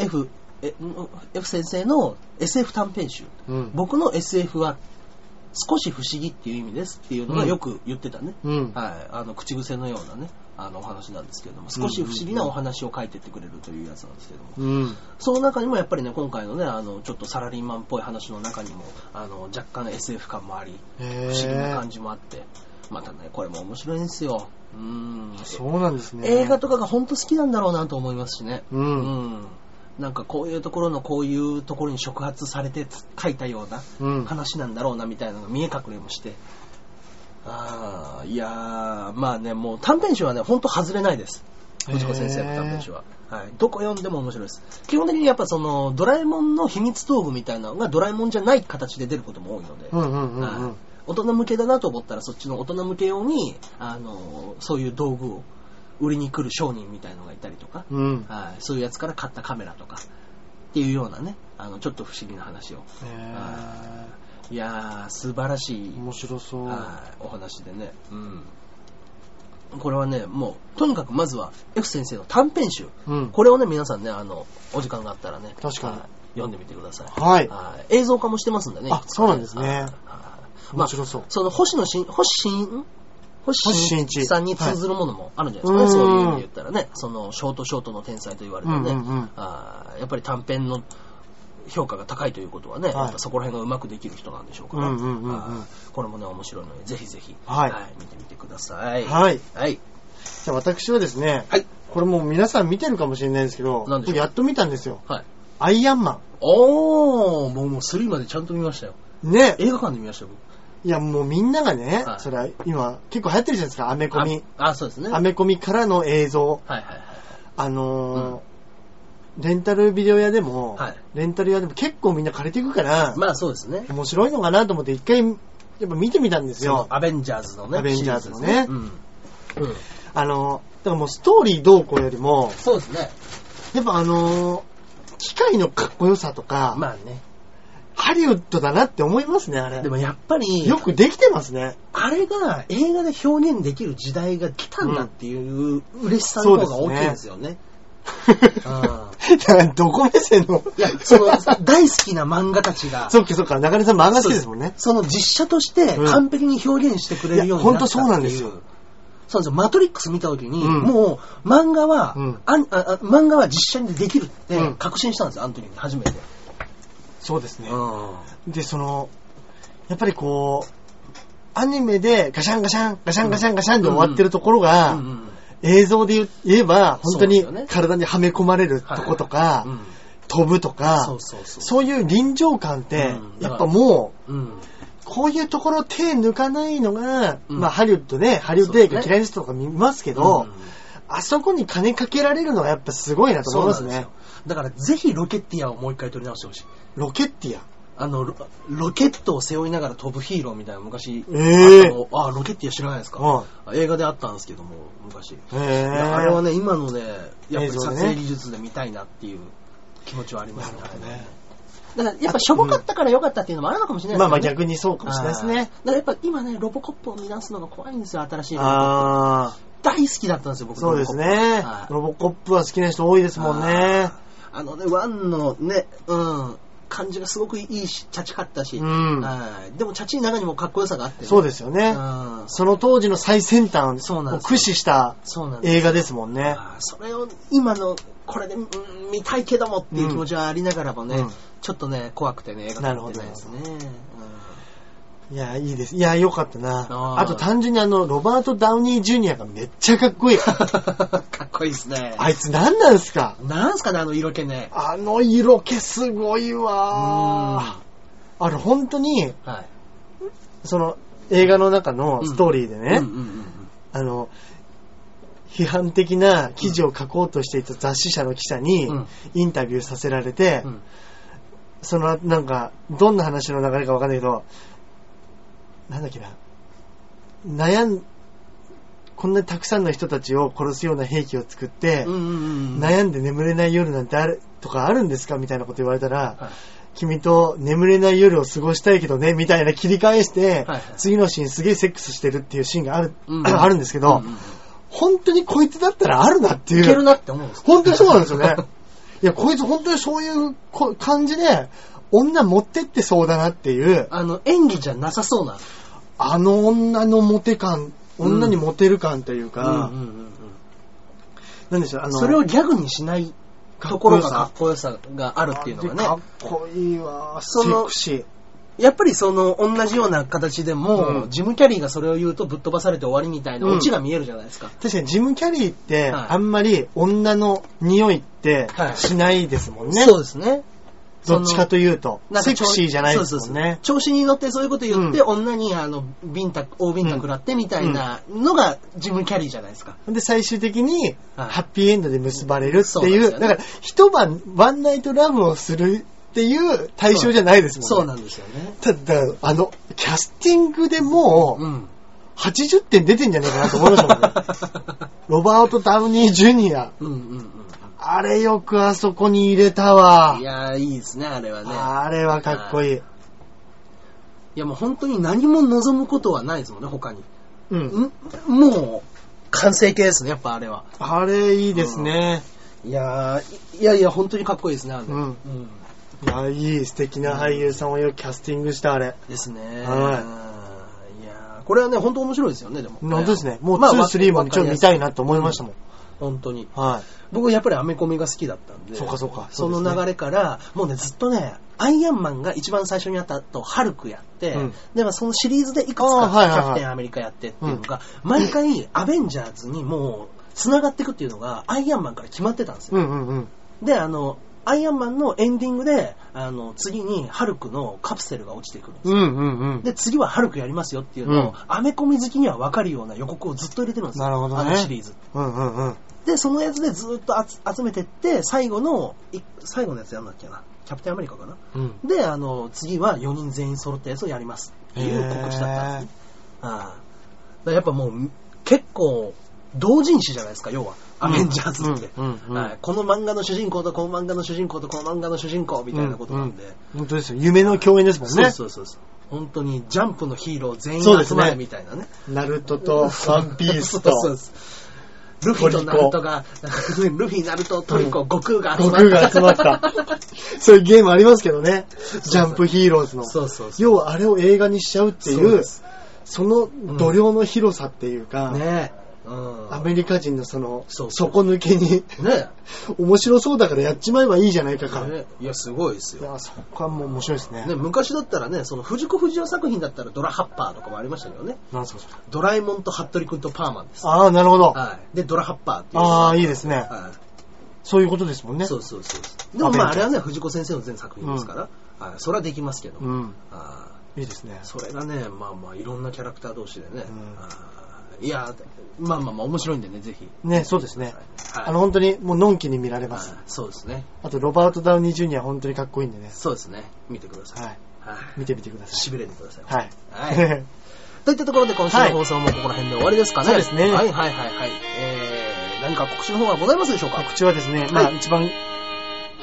F、F 先生の エスエフ 短編集。うん、僕の エスエフ は、少し不思議っていう意味ですっていうのがよく言ってたね、うん、はい、あの口癖のようなねあのお話なんですけれども、少し不思議なお話を書いてってくれるというやつなんですけども、うん、その中にもやっぱりね今回のねあのちょっとサラリーマンっぽい話の中にもあの若干の エスエフ 感もあり不思議な感じもあってまたねこれも面白いんですよ。うーん、 そうなんですね。 映画とかが本当好きなんだろうなと思いますしね、うん、うんなんかこういうところのこういうところに触発されて書いたような話なんだろうなみたいなのが見え隠れもして、あいやーまあねもう短編集はね本当外れないです。藤子先生の短編集は、はい、どこ読んでも面白いです。基本的にやっぱそのドラえもんの秘密道具みたいなのがドラえもんじゃない形で出ることも多いので、うんうんうんうん、大人向けだなと思ったらそっちの大人向け用にあのそういう道具を売りに来る商人みたいのがいたりとか、うんはい、そういうやつから買ったカメラとかっていうようなねあのちょっと不思議な話を、いやー素晴らしい面白そうお話でね、うん、これはねもうとにかくまずは F 先生の短編集、うん、これをね皆さんねあのお時間があったらね確かに読んでみてください。 はい、 はい映像化もしてますんでね。 あそうなんですね。面白そう。 まあ、その星野新星新星新一さんに通ずるものもあるんじゃないですかね、はい、そういう意味で言ったらねそのショートショートの天才と言われてね、うんうんうん、あやっぱり短編の評価が高いということはね、はい、やっぱそこら辺がうまくできる人なんでしょうから、うんうんうんうん、これもね面白いのでぜひぜひ、はいはい、見てみてください。 はい、 はい、 じゃあ私はですね、はい、これもう皆さん見てるかもしれないんですけど僕やっと見たんですよ、はい、アイアンマン。 おーもうもうスリーまでちゃんと見ましたよね。映画館で見ましたよ僕。 いやもうみんながね、はい、それは今結構流行ってるじゃないですかアメコミ。 あ、あそうですね。 アメコミからの映像。はいはいはい。あのーうん、レンタルビデオ屋でも、はい、レンタル屋でも結構みんな借りていくから、 まあそうですね。 面白いのかなと思って一回やっぱ見てみたんですよ。 アベンジャーズのね。 アベンジャーズのね。うん。うん、あのだからもうストーリーどうこうよりも、 そうですね。 やっぱあのー、機械のかっこよさとか。 まあね。 ハリウッドだなって思いますね、あれ。 でもやっぱりよくできてますね。 あれが映画で表現できる時代が来たんだっていう嬉しさの方が大きいんですよね。 うん、どこ目線のいや、その大好きな漫画たちが。 そっかそっか、中根さん漫画好きですもんね。 その実写として完璧に表現してくれるようになったっていう。 本当そうなんですよ。 そうなんですよ。マトリックス見た時に、うん、もう漫画は、うん、ああ漫画は実写にできるって確信したんですよ、あの時に初めて。 そうですね。で、その、やっぱりこう、アニメでガシャンガシャン、ガシャンガシャンガシャンで終わってるところが、うんうん、映像で言えば、本当に体にはめ込まれるとことか、うん、飛ぶとか、そうそうそう、そういう臨場感って、うん、やっぱもう、うん、こういうところ手抜かないのが、うん、まあハリウッドね、ハリウッド映画嫌いな人とか見ますけど、うん、あそこに金かけられるのはやっぱすごいなと思いますね。 だからぜひロケッティアをもう一回撮り直してほしい。 ロケッティアあの ロ, ロケットを背負いながら飛ぶヒーローみたいな昔、 えー、 ああロケッティア知らないですか、はい、映画であったんですけども昔、えー、あれはね今のねやっぱり撮影技術で見たいなっていう気持ちはありますね。 だからやっぱしょぼかったから良かったっていうのもあるのかもしれないですね。 まあまあ逆にそうかもしれないですね。だからやっぱ今ね、ロボコップを見直すのが怖いんですよ、新しいロボコップ。 あ大好きだったんですよ、僕。 そうですね、はい。ロボコップは好きな人多いですもんね。 あ, あのね、ワンのね、うん、感じがすごくいいし、チャチかったし、うん、はい。でもチャチの中にもかっこよさがあって、ね。 そうですよね。うん、その当時の最先端を駆使した映画ですもんね。 それを今のこれで、うん、見たいけどもっていう気持ちはありながらもね、うん、ちょっとね怖くてね映画見てないですね。 いやいいです。いや良かったな。あ, あと単純にあのロバート・ダウニー・ジュニアがめっちゃかっこいい。 かっこいいですね。 あいつ何なんすか。 なんすかねあの色気ね。 あの色気すごいわ。あれ本当に、はい、その映画の中のストーリーでね、あの。批判的な記事を書こうとしていた雑誌社の記者にインタビューさせられて、うん、そのなんかどんな話の流れかわかんないけど、なんだっけな、悩んこんなにたくさんの人たちを殺すような兵器を作って、うんうんうん、悩んで眠れない夜なんてあるとかあるんですかみたいなこと言われたら、はい、君と眠れない夜を過ごしたいけどねみたいな切り返して、はいはい、次のシーンすげえセックスしてるっていうシーンがある、うんうん、あるんですけど、うんうん、本当にこいつだったらあるなっていう。 いけるなって思うんです。 本当にそうなんですよね。いや、こいつ本当にそういう感じで、女持ってってそうだなっていう。 あの、演技じゃなさそうな。 あの女のモテ感、女にモテる感というか、なんでしょう、あの、 それをギャグにしないところがかっこよさがあるっていうのがね。 かっこいいわ、セクシー。 やっぱりその同じような形でも、うん、ジム・キャリーがそれを言うとぶっ飛ばされて終わりみたいなオチが見えるじゃないですか、うん、 確かにジム・キャリーってあんまり女の匂いってしないですもんね、はい、 そうですね。 どっちかというとセクシーじゃないですもんね。 調子に乗ってそういうこと言って、うん、女にあのビンタ大ビンタ食らってみたいなのがジム・キャリーじゃないですか。 で最終的にハッピーエンドで結ばれるっていう、うん、だから一晩ワンナイトラブをするっていう対象じゃないですもんね。 そうなんですよね。 ただ、あの、キャスティングでもう、はちじゅってん出てんじゃないかなと思いましたもんね。ロバート・ダウニー・ジュニア。うんうんうん、あれよくあそこに入れたわ。 いやー、いいですね、あれはね。 あれはかっこいい。いや、もう本当に何も望むことはないですもんね、他に。うん。もう、完成形ですね、やっぱあれは。 あれ、いいですね。 うん、いやー、いやいや、本当にかっこいいですね、あれ。うん。うんいや、いい素敵な俳優さんをよくキャスティングしたあれ。 ですね。はい。いやこれはね、本当面白いですよね、でも。 本当ですね。もうに、さんもちょっと見たいなと思いましたもん。 本当に。はい。僕やっぱりアメコミが好きだったんで。 そうかそうか。 その流れから、もうね、ずっとね、アイアンマンが一番最初にあった後、ハルクやって、うん、で、まあそのシリーズでいくつかキャプテンアメリカやってっていうのが、毎回アベンジャーズにもう繋がっていくっていうのが、アイアンマンから決まってたんですよ。うんうんうん、で、あの、アイアンマンのエンディングで、あの、次にハルクのカプセルが落ちてくるんですよ。うんうんうん、で、次はハルクやりますよっていうのを、うん、アメコミ好きには分かるような予告をずっと入れてるんですよ。 なるほどね。 あのシリーズ。うんうんうん、で、そのやつでずっと集めてって、最後の、最後のやつやんなきゃな。キャプテンアメリカかな。うん、で、あの、次はよにん全員揃ったやつをやりますっていう告知だったんですね。ああ。やっぱもう、結構、同人誌じゃないですか、要は。アベンジャーズって、うんうんうんはい。この漫画の主人公とこの漫画の主人公とこの漫画の主人公みたいなことなんで。うんうん、 本当ですよ。夢の共演ですもんね。 そうそうそう。本当にジャンプのヒーロー全員集まるみたいなね。 ナルトとワンピースと。そうそうルフィとナルトが、ルフィ、ナルト、トリコ、うん、悟空が集まった。 悟空が集まった。そういうゲームありますけどね。ジャンプヒーローズの。そうそうそう。要はあれを映画にしちゃうっていう、そ, その度量の広さっていうか、うん、ねうん、アメリカ人のそのそうそう底抜けにね面白そうだからやっちまえばいいじゃないかか、 ね、いやすごいですよ。 いやそこはもう面白いですね。 ね昔だったらねその藤子不二雄作品だったらドラハッパーとかもありましたけどね。 なんすかドラえもんと服部くんとパーマンです。 ああなるほど、 はい、でドラハッパーっていう。 ああいいですね、はい、そういうことですもんね。 そうそうそうでもまああれはね藤子先生の全作品ですから、うんはい、それはできますけど、うん、あいいですね。 それがねまあまあいろんなキャラクター同士でね、うん、あいやまあまあまあ面白いんでねぜひねそうですね、はい、あの本当にもうのんきに見られます、 はい、そうですね。 あとロバート・ダウニー・ジュニア本当にかっこいいんでね。 そうですね見てください、はいはい、見てみてください。 しびれてください。 はい、 はい、といったところで今週の放送もここら辺で終わりですかね。 そうですね。 はいはいはいはい、えー、何か告知の方はございますでしょうか。 告知はですね、はい、まあ一番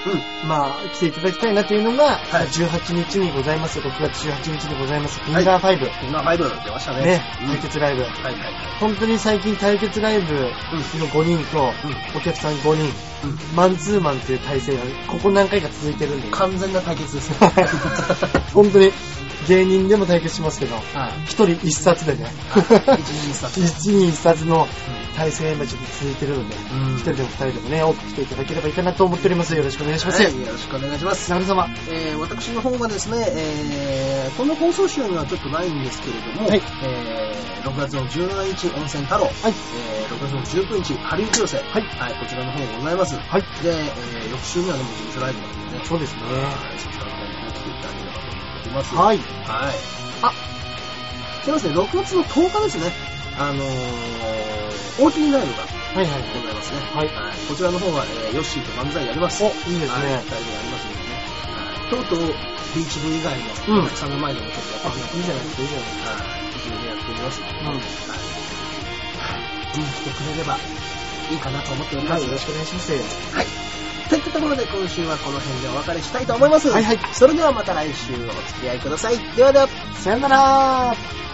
うん、まあ、来ていただきたいなというのが、はい、じゅうはちにちにございます、ろくがつじゅうはちにちにございます、フィンガーファイブ。フィンガーファイブ出ましたね。 ね、対決ライブ。はいはいはい。本当に最近対決ライブのごにんと、お客さんごにん、うん、マンツーマンという体制が、ここ何回か続いてるんで。 完全な対決ですね。 本当に。芸人でも対決しますけど、一、はい、人一冊でね、 一人一冊。 一人一冊の体制が今ちょっと続いてるので、一、うん、人でも二人でもね、多く来ていただければいいかなと思っております。よろしくお願いします。はい、 よろしくお願いします。 中野様。 えー、私の方がですね、えー、この放送週にはちょっとないんですけれども、はい、えー、ろくがつのじゅうしちにち、温泉太郎、はい、えー、ろくがつのじゅうくにち、ハリウッド寄せ、はい、はい、こちらの方ございます。はい、で、えー、翌週にはね、もう事務所ライブなんでね、 そうですね。 そちらの方にも来ていただければと思っています。 はい。 はい。あ、すいません、ろくがつのとおかですね。あのー、大きいライブがございますね。はいはい。はい、こちらの方は、えー、ヨッシーと漫才やります。 お、いいですね。はい、 ふたりでやりますのでね。はい、とうとう、ビーチ部以外のお客さんの前でもちょっとやってみます、 うん。いいじゃないですか、いいじゃないですか。 はい。ビーチ部でやってみますので、うん。はい。見に来てくれればいいかなと思っております。 はい、よろしくお願いします。 はい。といったところで今週はこの辺でお別れしたいと思います。 はいはい。 それではまた来週お付き合いください。ではでは。 さよなら。